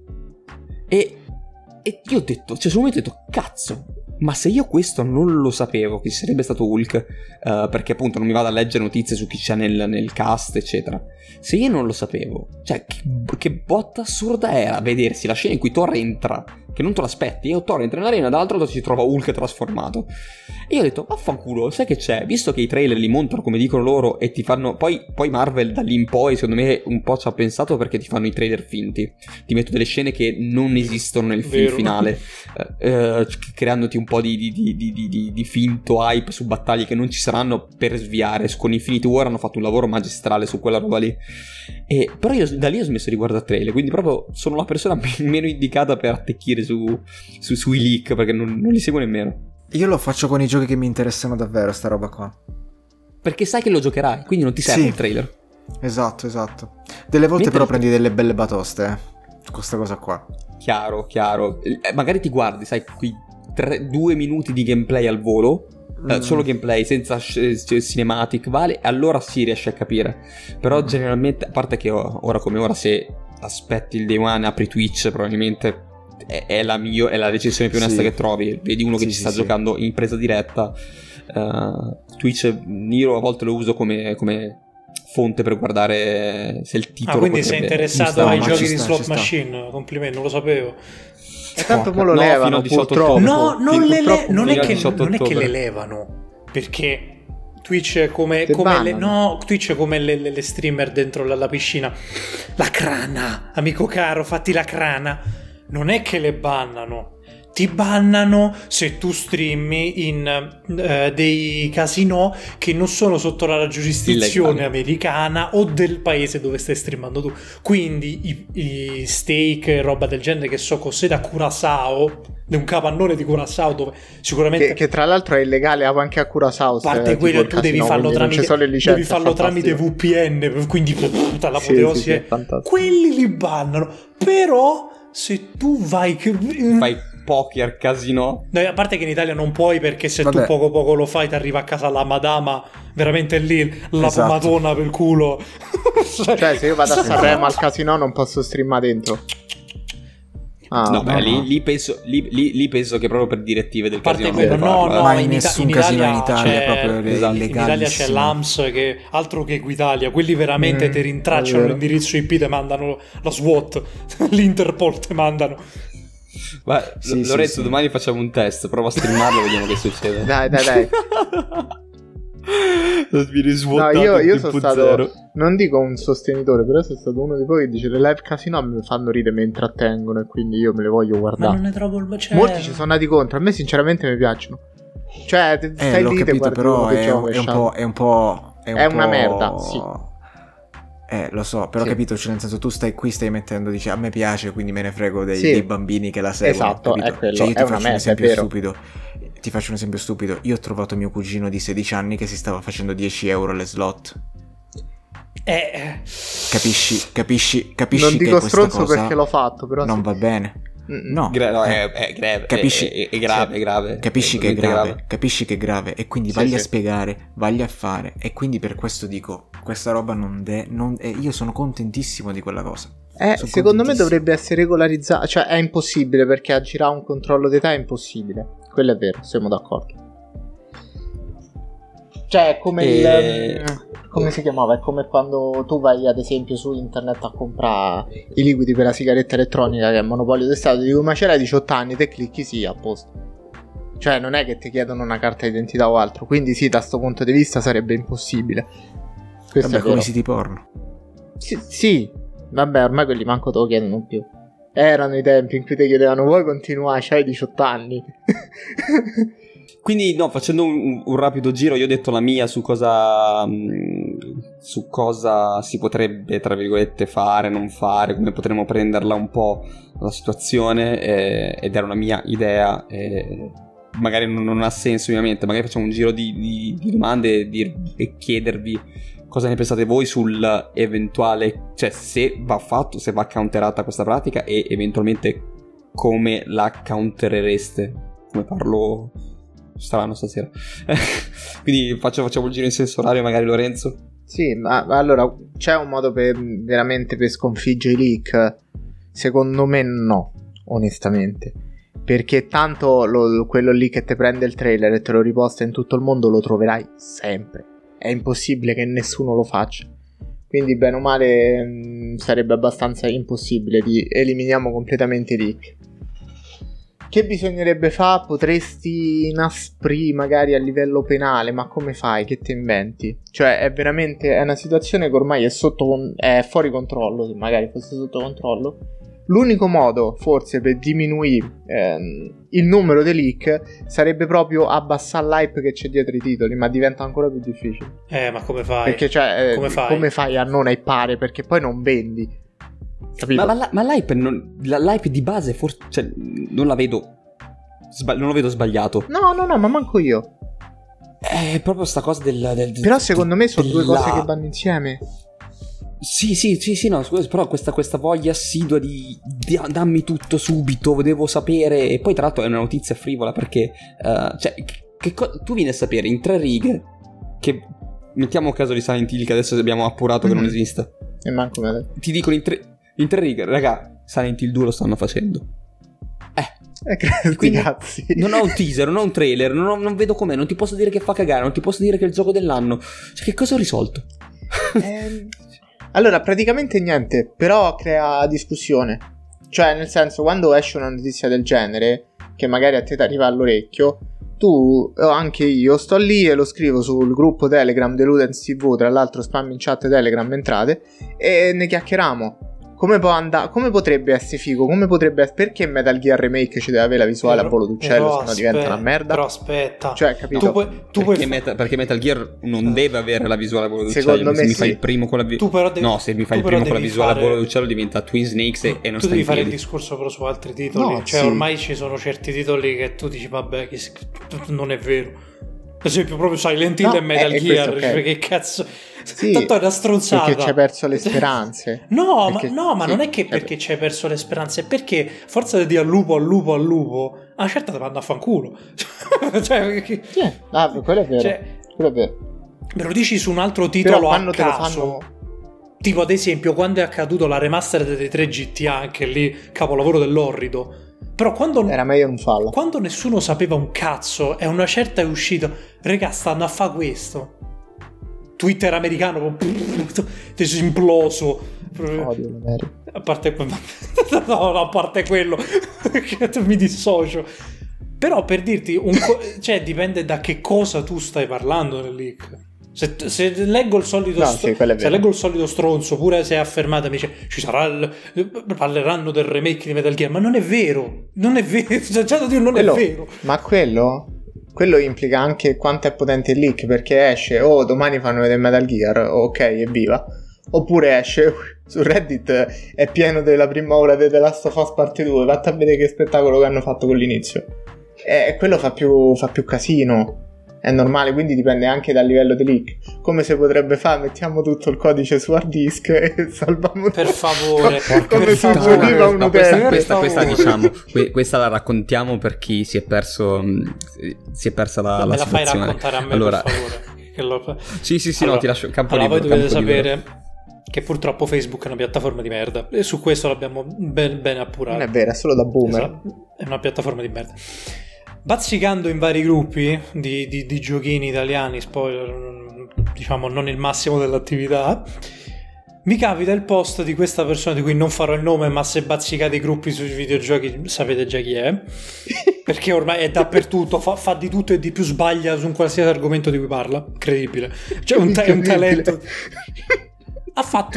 E io ho detto, cioè, su un momento ho detto, cazzo, ma se io questo non lo sapevo che ci sarebbe stato Hulk, perché appunto non mi vado a leggere notizie su chi c'è nel cast eccetera, se io non lo sapevo, cioè che botta assurda era vedersi la scena in cui Thor entra, che non te lo aspetti, e Thor entra nell'arena, dall'altro lato si trova Hulk trasformato, e io ho detto, vaffanculo, sai che c'è, visto che i trailer li montano come dicono loro e ti fanno, poi Marvel da lì in poi secondo me un po' ci ha pensato, perché ti fanno i trailer finti, ti metto delle scene che non esistono nel film finale, creandoti un po' di finto hype su battaglie che non ci saranno, per sviare. Con Infinity War hanno fatto un lavoro magistrale su quella roba lì, però io da lì ho smesso di guardare trailer, quindi proprio sono la persona meno indicata per attecchire sui leak, perché non li seguo nemmeno. Io lo faccio con i giochi che mi interessano davvero, sta roba qua, perché sai che lo giocherai, quindi non ti serve il trailer. Esatto. Delle volte però prendi delle belle batoste con sta cosa qua. Chiaro. Magari ti guardi, sai, qui 2 minuti di gameplay al volo, solo gameplay senza cinematic, vale, allora si riesce a capire. Però generalmente, a parte che ora come ora, se aspetti il day one, apri Twitch, probabilmente è la recensione più onesta che trovi. Vedi uno che ci sta giocando in presa diretta. Twitch Niro a volte lo uso come fonte per guardare se il titolo quindi sei interessato ai giochi di slot machine. Complimenti, non lo sapevo. E tanto mo lo levano, purtroppo. No, non è che le levano, perché Twitch è come le streamer dentro la piscina. La crana, amico caro, fatti la crana. Non è che le bannano. Ti bannano se tu streami in dei casinò che non sono sotto la giurisdizione americana o del paese dove stai streamando tu. Quindi i steak e roba del genere, che so cos'è, da Curaçao, di un capannone di Curaçao, dove sicuramente che tra l'altro è illegale anche a Curaçao. A parte quello, tu devi farlo tramite VPN, quindi tutta l'apoteosi è quelli li bannano. Però se tu vai poker, casino. No, a parte che in Italia non puoi, perché se tu poco lo fai ti arriva a casa la madama, veramente lì la pomatona per culo. Cioè se io vado a Sanremo al casino non posso streamare dentro. Lì penso che proprio per direttive del casino ma in nessun casino in Italia è proprio in Italia c'è l'AMS, che altro che Equitalia, quelli veramente ti rintracciano l'indirizzo IP, te mandano la SWAT, l'Interpol te mandano. Ma Lorenzo, domani facciamo un test, prova a streamarlo e vediamo che succede. Dai. Io sono stato, non dico un sostenitore, però sono stato uno di voi che dice le live casino mi fanno ridere, mi intrattengono e quindi io me le voglio guardare. Ma non ne trovo il molti ci sono andati contro, a me sinceramente mi piacciono. Cioè stai lì, capito, però è una merda, sì. Lo so, però capito, cioè nel senso tu stai qui, stai mettendo, dici a me piace, quindi me ne frego dei bambini che la seguono. Esatto, capito? è quello, cioè io è una merda, è vero. Ti faccio un esempio stupido. Io ho trovato mio cugino di 16 anni che si stava facendo 10 euro alle slot. Capisci non dico che stronzo cosa perché l'ho fatto, però non va bene. No, è grave. Capisci? È grave. Capisci che è grave. Capisci che è grave. E quindi vai a spiegare, vai a fare. E quindi per questo dico, questa roba io sono contentissimo di quella cosa. Secondo me dovrebbe essere regolarizzata. Cioè è impossibile, perché aggirare un controllo d'età è impossibile. Quello è vero, siamo d'accordo. Cioè è come come si chiamava? È come quando tu vai ad esempio su internet a comprare i liquidi per la sigaretta elettronica, che è monopolio di Stato, dico ma c'era 18 anni, te clicchi sì, a posto. Cioè non è che ti chiedono una carta d'identità o altro, quindi sì, da sto punto di vista sarebbe impossibile. Vabbè, come siti porno. Sì, vabbè, ormai quelli manco te lo chiedono più. Erano i tempi in cui ti chiedevano vuoi continuare, c'hai 18 anni. Quindi no, facendo un rapido giro, io ho detto la mia su cosa si potrebbe, tra virgolette, fare, non fare, come potremmo prenderla un po' la situazione, ed era una mia idea, magari non ha senso ovviamente, magari facciamo un giro di domande e chiedervi cosa ne pensate voi sul eventuale, cioè se va fatto, se va counterata questa pratica e eventualmente come la counterereste, come parlo strano stasera. Quindi facciamo il giro in senso orario, magari Lorenzo. Sì, ma allora c'è un modo veramente per sconfiggere i leak? Secondo me no, onestamente, perché tanto quello lì che te prende il trailer e te lo riposta in tutto il mondo lo troverai sempre. È impossibile che nessuno lo faccia, quindi bene o male sarebbe abbastanza impossibile di eliminiamo completamente i leak. Che bisognerebbe fare? Potresti inasprire magari a livello penale, ma come fai? Che te inventi? Cioè è una situazione che ormai è fuori controllo. Se magari fosse sotto controllo, l'unico modo forse per diminuire il numero dei leak sarebbe proprio abbassare l'hype che c'è dietro i titoli, ma diventa ancora più difficile. Ma come fai? Perché cioè come fai a non hypare? Perché poi non vendi. Capito? Ma l'hype di base forse, cioè, non la vedo non lo vedo sbagliato. No, ma manco io. È proprio sta cosa del però secondo me sono due cose che vanno insieme. Sì, no, scusa, però questa voglia assidua di dammi tutto subito, devo sapere. E poi tra l'altro è una notizia frivola, perché cioè tu vieni a sapere in 3 righe che, mettiamo il caso di Silent Hill, che adesso abbiamo appurato che non esiste, e manco me. Ti dicono in tre righe, raga, Silent Hill 2 lo stanno facendo. Quindi cazzi. non ho un teaser, non ho un trailer, non vedo com'è, non ti posso dire che fa cagare, non ti posso dire che è il gioco dell'anno. Cioè, che cosa ho risolto? Allora, praticamente niente, però crea discussione. Cioè, nel senso, quando esce una notizia del genere, che magari a te ti arriva all'orecchio, tu, o anche io, sto lì e lo scrivo sul gruppo Telegram dell'Udens TV, tra l'altro spam in chat Telegram, entrate, e ne chiacchieriamo. Come può andare? Come potrebbe essere figo? Come potrebbe perché Metal Gear Remake ci deve avere la visuale a volo d'uccello, se no diventa una merda? Però aspetta, cioè, capito? Perché Metal Gear non deve avere la visuale a volo d'uccello. Secondo me se mi sì. fai il primo con la se mi fai il primo con la visuale a volo d'uccello diventa Twin Snakes e non sta in piedi. Tu devi fare il discorso però su altri titoli. No, cioè sì. ormai ci sono certi titoli che tu dici vabbè, non è vero. Per esempio proprio Silent Hill e Metal Gear, questo, okay. Cioè, che cazzo, sì, tanto è una stronzata. Perché ci hai perso le speranze. No, perché, ma non è che perché ci hai perso le speranze, è perché forza di dire al lupo, a una certa te manda a fanculo. Cioè, quello è vero. Cioè, quello è vero. Me lo dici su un altro titolo però quando a caso. Te lo fanno... Tipo ad esempio quando è accaduto la remastered dei 3 GTA, anche lì capolavoro dell'orrido. Però quando era meglio non farlo. Quando nessuno sapeva un cazzo e una certa è uscito, regà, stanno a fa questo. Twitter americano imploso. Odio a parte a parte quello che mi dissocio. Però per dirti cioè dipende da che cosa tu stai parlando nel leak. Se leggo il solito se leggo il solito stronzo, pure se è affermato mi dice ci sarà parleranno del remake di Metal Gear, ma non è vero, è vero. Ma quello implica anche quanto è potente il leak, perché esce domani fanno vedere Metal Gear, ok, evviva. Oppure esce su Reddit è pieno della prima ora di The Last of Us Parte 2, vatti a vedere che spettacolo che hanno fatto con l'inizio. E quello fa più casino. È normale, quindi dipende anche dal livello di leak. Come si potrebbe fare? Mettiamo tutto il codice su hard disk e salviamo per favore. Come suggeriva un utente. Questa diciamo, questa la raccontiamo per chi si è persa la me la situazione. Fai raccontare a me, allora, per favore. Sì, allora, no, ti lascio il campo libero. Voi dovete sapere che purtroppo Facebook è una piattaforma di merda e su questo l'abbiamo ben appurato. Non è vero, è solo da boomer. Esatto. È una piattaforma di merda. Bazzicando in vari gruppi di giochini italiani, spoiler, diciamo non il massimo dell'attività, mi capita il post di questa persona di cui non farò il nome, ma se bazzicate i gruppi sui videogiochi sapete già chi è, perché ormai è dappertutto, fa di tutto e di più, sbaglia su un qualsiasi argomento di cui parla, incredibile, cioè è un talento. Ha fatto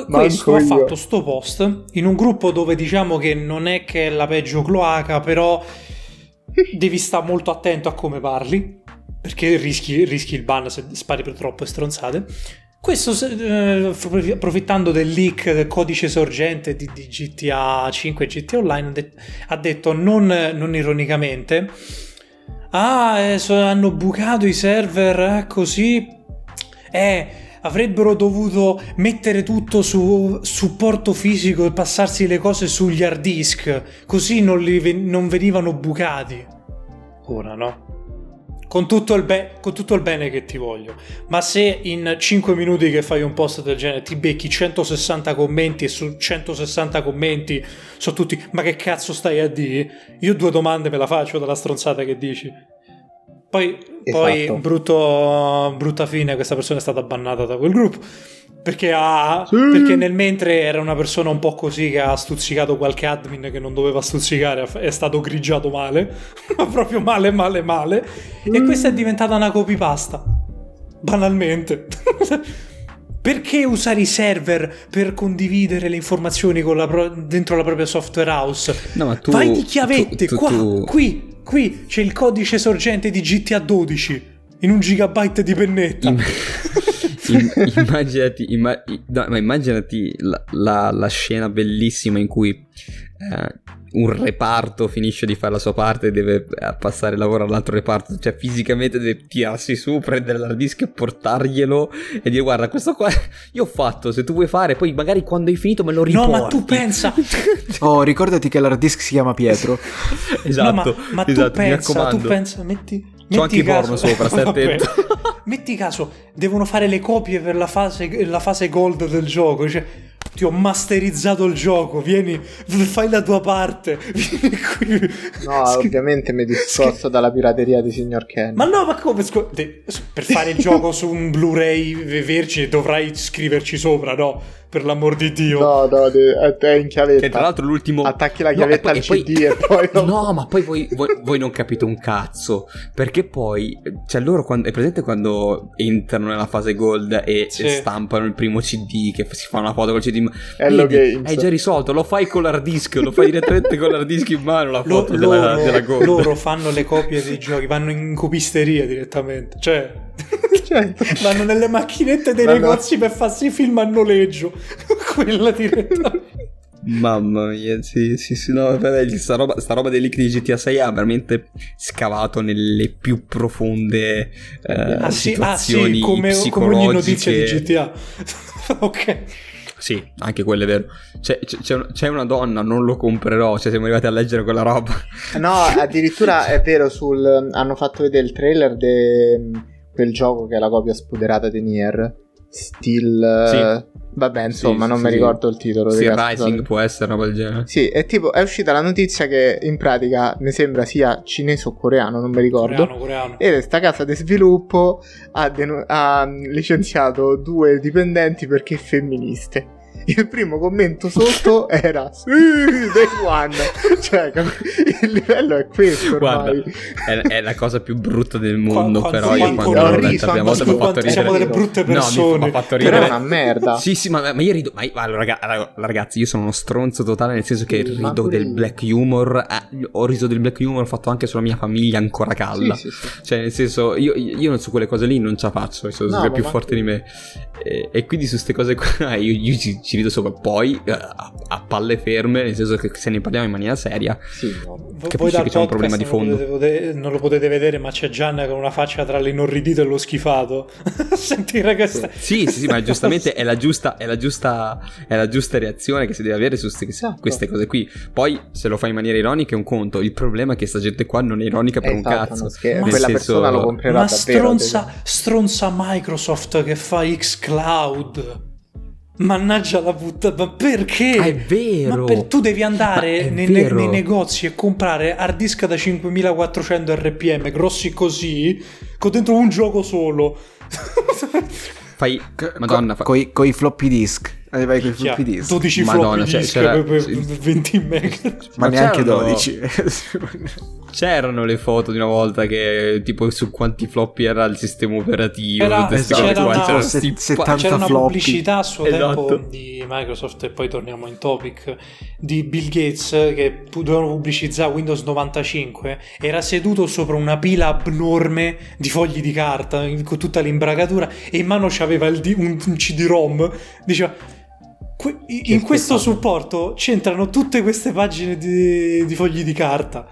sto post in un gruppo dove diciamo che non è che è la peggio cloaca, però devi stare molto attento a come parli, perché rischi il ban se spari per troppe stronzate. Questo approfittando del leak del codice sorgente di GTA 5 e GTA Online ha detto non ironicamente hanno bucato i server così avrebbero dovuto mettere tutto su supporto fisico e passarsi le cose sugli hard disk, così non venivano bucati. Ora no? Con tutto il bene che ti voglio, ma se in 5 minuti che fai un post del genere ti becchi 160 commenti e su 160 commenti sono tutti ma che cazzo stai a dire? Io 2 domande me la faccio dalla stronzata che dici. Poi brutta fine, questa persona è stata bannata da quel gruppo perché nel mentre era una persona un po' così che ha stuzzicato qualche admin che non doveva stuzzicare, è stato grigiato male, ma proprio male, e questa è diventata una copypasta, banalmente. Perché usare i server per condividere le informazioni dentro la propria software house? No, ma vai di chiavette, qui c'è il codice sorgente di GTA 12 in 1 gigabyte di pennetta. Immaginati la scena bellissima in cui un reparto finisce di fare la sua parte e deve passare il lavoro all'altro reparto, cioè fisicamente deve tirarsi su, prendere l'hard disk e portarglielo e dire guarda questo qua io ho fatto, se tu vuoi fare poi magari quando hai finito me lo riporti. No, ma tu pensa ricordati che l'hard disk si chiama Pietro. Esatto, no, ma tu pensa metti c'ho anche caso, porno sopra, stai attento. Metti caso devono fare le copie per la fase gold del gioco, cioè ti ho masterizzato il gioco, vieni, fai la tua parte, vieni qui. No, ovviamente mi discosto dalla pirateria di Signor Ken. Ma no, ma come? Per fare il gioco su un Blu-ray vergine dovrai scriverci sopra, no? Per l'amor di Dio. No, è in chiavetta. Che tra l'altro l'ultimo... Attacchi la chiavetta al CD e poi... No, ma poi voi non capite un cazzo. Perché poi... Cioè loro quando... È presente quando entrano nella fase gold e stampano il primo CD, che si fa una foto col CD? Vedi, è già risolto, lo fai con l'hard disk, lo fai direttamente con l'hard disk in mano, la foto della gold. Loro fanno le copie dei giochi, vanno in copisteria direttamente. Cioè... vanno nelle macchinette dei negozi per farsi film a noleggio. Quella direttamente. Mamma mia, sì, no, sta roba dei leak di GTA 6 ha veramente scavato nelle più profonde situazioni come ogni notizia di GTA. Ok. Sì, anche quello è vero. C'è una donna, non lo comprerò. Cioè, siamo arrivati a leggere quella roba. No, addirittura è vero. Hanno fatto vedere il trailer di quel gioco che è la copia spuderata di Nier. Steel. Vabbè, insomma, non mi ricordo il titolo. Sì, Rising può essere una roba del genere. Sì, è tipo, è uscita la notizia che in pratica mi sembra sia cinese o coreano, non mi ricordo. Coreano. E sta casa di sviluppo ha licenziato 2 dipendenti perché femministe. Il primo commento sotto era sì, day one. Cioè, il livello è questo ormai. Guarda, è la cosa più brutta del mondo. Però io quando l'ho letta la prima volta mi ha fatto ridere. Siamo delle brutte persone. No, mi ha fatto ridere. Però è una merda. Sì, ma io rido. Allora, ragazzi, io sono uno stronzo totale, nel senso che rido del black humor. Ho riso del black humor fatto anche sulla mia famiglia ancora calda. Sì. Cioè, nel senso, io non su quelle cose lì non ce la faccio. Sono più forti di me. E quindi su queste cose qua io ci rido sopra. Poi a palle ferme, nel senso che se ne parliamo in maniera seria, capisci che c'è un problema di fondo. Non lo potete vedere, ma c'è Gianna con una faccia tra l'inorridito e lo schifato. Sentire questa... Sì, ma giustamente è la giusta reazione che si deve avere su queste cose qui. Poi se lo fai in maniera ironica è un conto. Il problema è che sta gente qua non è ironica per un cazzo. Quella persona lo comprerà ma davvero. Stronza Microsoft che fa xCloud. Mannaggia la puttana, ma perché? È vero. Tu devi andare nei negozi e comprare hard disk da 5400 rpm grossi così, con dentro un gioco solo. Fai Madonna, coi floppy disk. Vai con i floppy disk. 12 Madonna, floppy disk per 20 mega. Ma neanche 12. C'erano le foto di una volta che tipo su quanti floppy era il sistema operativo. C'era una floppy. pubblicità a suo tempo di Microsoft, e poi torniamo in topic, di Bill Gates che dovevano pubblicizzare Windows 95. Era seduto sopra una pila abnorme di fogli di carta con tutta l'imbragatura e in mano c'aveva un CD-ROM. Diceva: in questo supporto c'entrano tutte queste pagine di fogli di carta.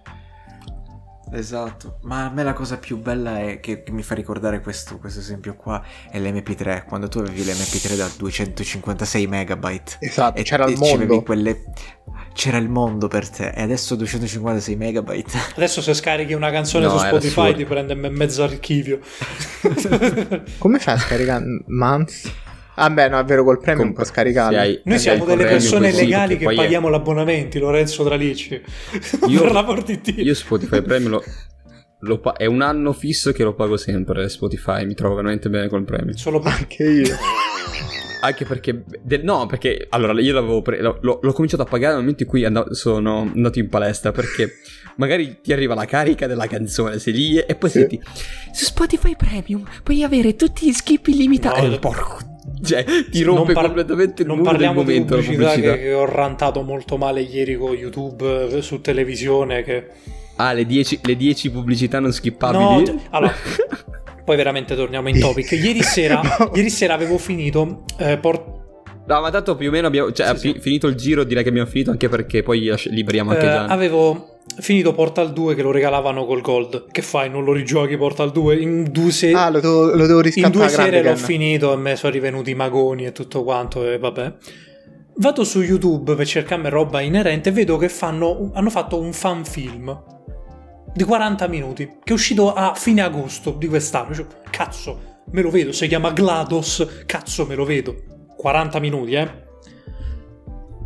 Esatto, ma a me la cosa più bella è che mi fa ricordare questo esempio qua è l'MP3, quando tu avevi l'MP3 da 256 megabyte. Esatto, c'era il mondo. C'era il mondo per te, e adesso 256 megabyte. Adesso se scarichi una canzone su Spotify ti prende mezzo archivio. Come fai a scaricare Months? Beh, no, è vero, col premium puoi scaricarlo. Noi siamo delle persone legali che paghiamo l'abbonamenti, Lorenzo Dralicci. Per l'amor di Dio. Io Spotify Premium è un anno fisso che lo pago sempre. Spotify mi trovo veramente bene col premium. Anche io. Anche perché perché allora io l'ho cominciato a pagare nel momento in cui sono andato in palestra, perché magari ti arriva la carica della canzone, sei lì e poi senti su Spotify Premium puoi avere tutti gli skip illimitati. Porco, cioè ti rompe completamente il mood del momento. Non parliamo di pubblicità che ho rantato molto male ieri con YouTube su televisione che... le 10 pubblicità non skippabili. No, allora poi veramente torniamo in topic. Ieri sera avevo finito no, ma tanto più o meno abbiamo finito il giro. Direi che abbiamo finito, anche perché poi liberiamo anche Gian. Avevo finito Portal 2 che lo regalavano col Gold. Che fai, non lo rigiochi Portal 2? In 2 sere lo devo riscattare. In 2 sere l'ho finito e me sono rivenuti i magoni e tutto quanto, e vabbè. Vado su YouTube per cercarmi roba inerente e vedo che hanno fatto un fan film di 40 minuti che è uscito a fine agosto di quest'anno. Cioè, cazzo, me lo vedo, si chiama GLaDOS, cazzo me lo vedo. 40 minuti,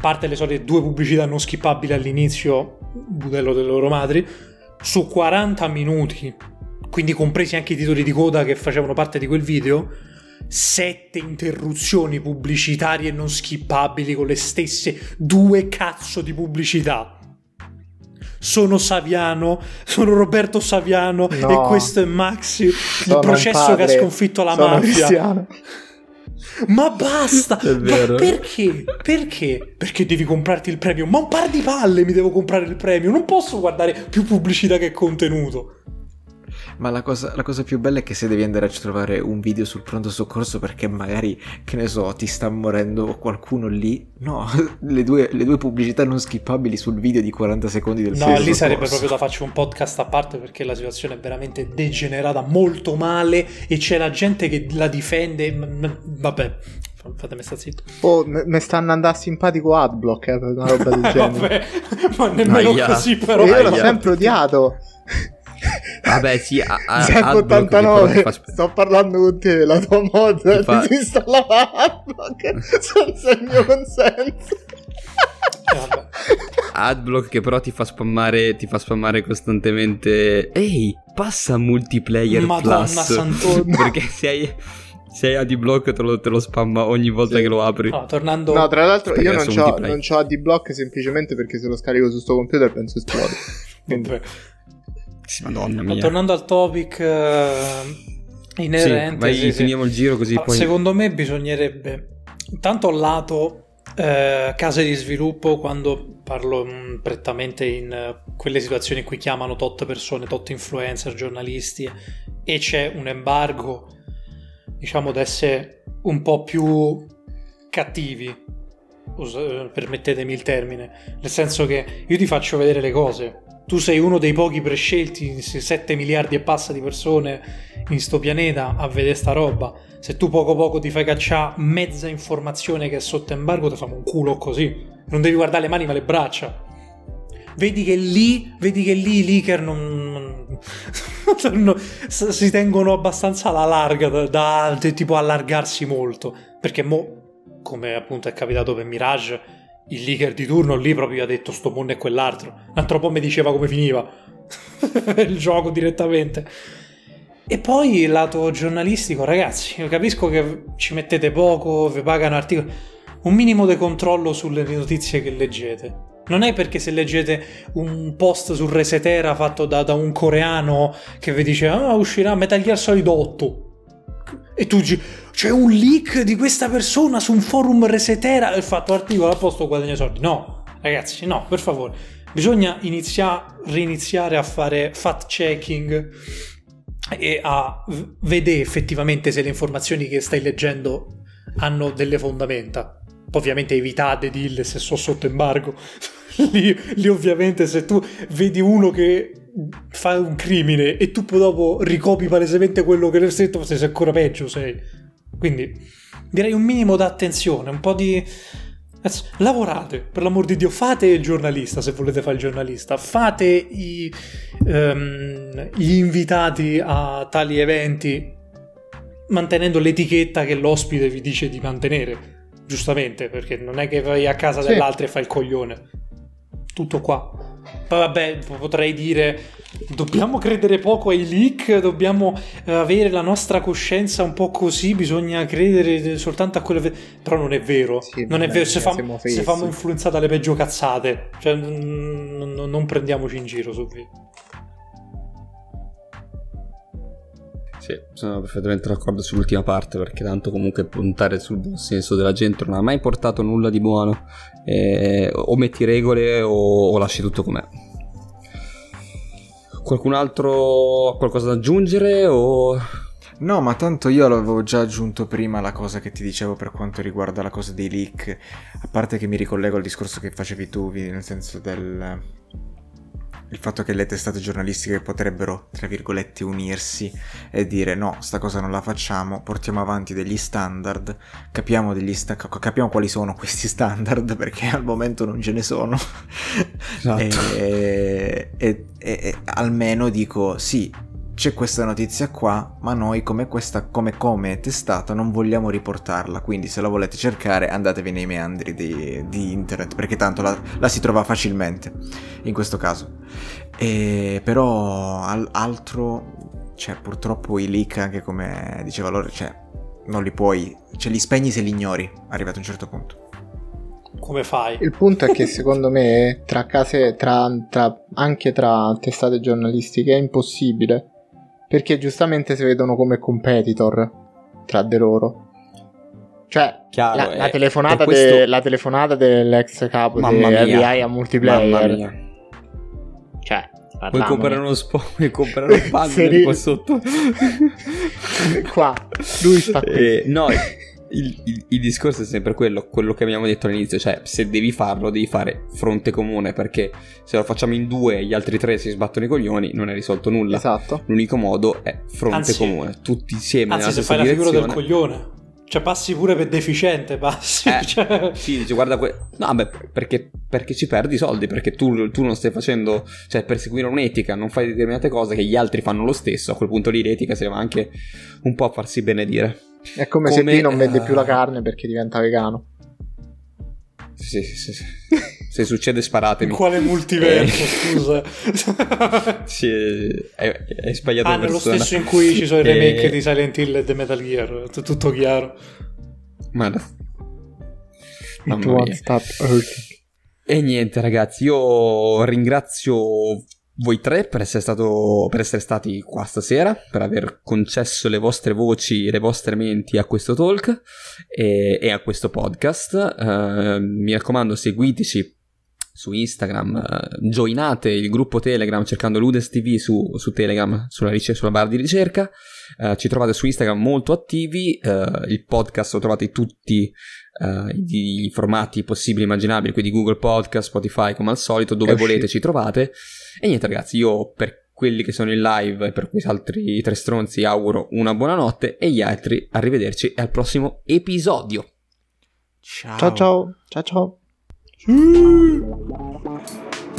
parte le solite 2 pubblicità non skippabili all'inizio, budello delle loro madri, su 40 minuti, quindi compresi anche i titoli di coda che facevano parte di quel video, 7 interruzioni pubblicitarie non skippabili con le stesse 2 cazzo di pubblicità. Sono Saviano, sono Roberto Saviano, no, e questo è Maxi, il processo che ha sconfitto la mafia. Cristiano. Ma basta! È vero. Ma perché? Perché devi comprarti il premium? Ma un par di palle mi devo comprare il premium, non posso guardare più pubblicità che contenuto. Ma la cosa più bella è che se devi andare a trovare un video sul pronto soccorso perché magari, che ne so, ti sta morendo qualcuno lì, no, le due pubblicità non skippabili sul video di 40 secondi del pronto soccorso. No, lì sarebbe proprio da farci un podcast a parte, perché la situazione è veramente degenerata molto male e c'è la gente che la difende. Vabbè, fatemi sta zitto. Oh, mi stanno andando simpatico Adblock per una roba del genere. Vabbè, ma nemmeno così, però. Io l'ho sempre odiato. Vabbè, sì, Adblock 89, sto parlando con te, la tua mod disinstallava Adblock senza il mio consenso. Adblock che però ti fa spammare costantemente. Ehi, passa multiplayer Madonna plus santona. perché se hai Adblock te lo spamma ogni volta che lo apri. No, tornando... No, tra l'altro io Perché non c'ho Adblock semplicemente perché se lo scarico su sto computer penso esplode. Vabbè. Madonna mia. Tornando al topic inerente, sì, finiamo il giro così poi. Secondo me bisognerebbe intanto lato case di sviluppo, quando parlo prettamente in quelle situazioni in cui chiamano tot persone, tot influencer, giornalisti, e c'è un embargo, diciamo, da essere un po' più cattivi, permettetemi il termine, nel senso che io ti faccio vedere le cose, tu sei uno dei pochi prescelti, 7 miliardi e passa di persone in sto pianeta a vedere sta roba. Se tu poco ti fai cacciare mezza informazione che è sotto embargo, ti famo un culo così. Non devi guardare le mani ma le braccia. Vedi che lì i leaker non si tengono abbastanza alla larga, da tipo allargarsi molto, perché mo, come appunto è capitato per Mirage, il leaker di turno lì proprio ha detto sto mondo è quell'altro. Un altro po' mi diceva come finiva il gioco direttamente. E poi il lato giornalistico, ragazzi, io capisco che ci mettete poco, vi pagano articoli, un minimo di controllo sulle notizie che leggete. Non è perché se leggete un post su Resetera fatto da un coreano che vi dice uscirà Metal Gear Solid 8 e tu c'è un leak di questa persona su un forum Resetera e fatto articolo a posto, guadagna soldi. No, ragazzi, no, per favore. Bisogna riniziare a fare fact checking e a vedere effettivamente se le informazioni che stai leggendo hanno delle fondamenta. Ovviamente evitate di dirle se sono sotto embargo. lì ovviamente se tu vedi uno che fa un crimine e tu poi dopo ricopi palesemente quello che l'hai scritto, sei ancora peggio sei. Quindi direi un minimo d'attenzione, un po' di... lavorate, per l'amor di Dio, fate il giornalista se volete fare il giornalista, fate gli invitati a tali eventi mantenendo l'etichetta che l'ospite vi dice di mantenere, giustamente, perché non è che vai a casa dell'altro e fai il coglione. Tutto qua. Poi vabbè, potrei dire dobbiamo credere poco ai leak, dobbiamo avere la nostra coscienza un po' così, bisogna credere soltanto a quelle, però non è vero. Sì, non è vero, se famo influenzate alle peggio cazzate, cioè non prendiamoci in giro su video. Sì, sono perfettamente d'accordo sull'ultima parte, perché tanto comunque puntare sul buon senso della gente non ha mai portato nulla di buono. O metti regole o lasci tutto com'è. Qualcun altro ha qualcosa da aggiungere o... No, ma tanto io l'avevo già aggiunto prima la cosa che ti dicevo per quanto riguarda la cosa dei leak, a parte che mi ricollego al discorso che facevi tu, nel senso del... il fatto che le testate giornalistiche potrebbero, tra virgolette, unirsi e dire no, sta cosa non la facciamo, portiamo avanti degli standard, capiamo quali sono questi standard, perché al momento non ce ne sono. Esatto. e almeno dico sì, c'è questa notizia qua, ma noi come testata non vogliamo riportarla, quindi se la volete cercare andatevi nei meandri di internet, perché tanto la si trova facilmente in questo caso. Però altro, cioè purtroppo i leak, anche come diceva Lore, cioè non li puoi, cioè li spegni se li ignori, arrivato a un certo punto. Come fai? Il punto è che secondo me anche tra testate giornalistiche è impossibile, perché giustamente si vedono come competitor tra di loro. Cioè Chiaro, la telefonata questo... la telefonata dell'ex capo di AI a multiplayer. Mamma mia. Cioè Puoi comprare uno puoi comprare un bundle qua sotto. Qua lui sta qui. No, il discorso è sempre quello che abbiamo detto all'inizio, cioè se devi farlo devi fare fronte comune, perché se lo facciamo in 2 e gli altri 3 si sbattono i coglioni non è risolto nulla. Esatto. L'unico modo è fronte comune, tutti insieme nella se stessa fai direzione. La figura del coglione, cioè passi pure per deficiente, passi. Cioè... Sì, dice guarda no, beh, perché ci perdi soldi, perché tu non stai facendo, cioè per seguire un'etica non fai determinate cose che gli altri fanno lo stesso. A quel punto lì l'etica si va anche un po' a farsi benedire. È come se P non vende più la carne perché diventa vegano. Sì. Se succede sparatemi. Quale multiverso, scusa? Sì, hai sbagliato persona. Nello stesso in cui ci sono i remake di Silent Hill e The Metal Gear, tutto chiaro. Mamma mia. E niente ragazzi, io ringrazio voi 3 per essere stati qua stasera, per aver concesso le vostre voci e le vostre menti a questo talk e a questo podcast. Mi raccomando, seguiteci su Instagram, joinate il gruppo Telegram cercando Ludens TV su Telegram, sulla barra di ricerca. Ci trovate su Instagram molto attivi. Il podcast lo trovate tutti i formati possibili e immaginabili, quindi Google Podcast, Spotify, come al solito, dove volete ci trovate. E niente ragazzi, io per quelli che sono in live e per questi altri 3 stronzi auguro una buonanotte, e gli altri arrivederci e al prossimo episodio. Ciao. Ciao.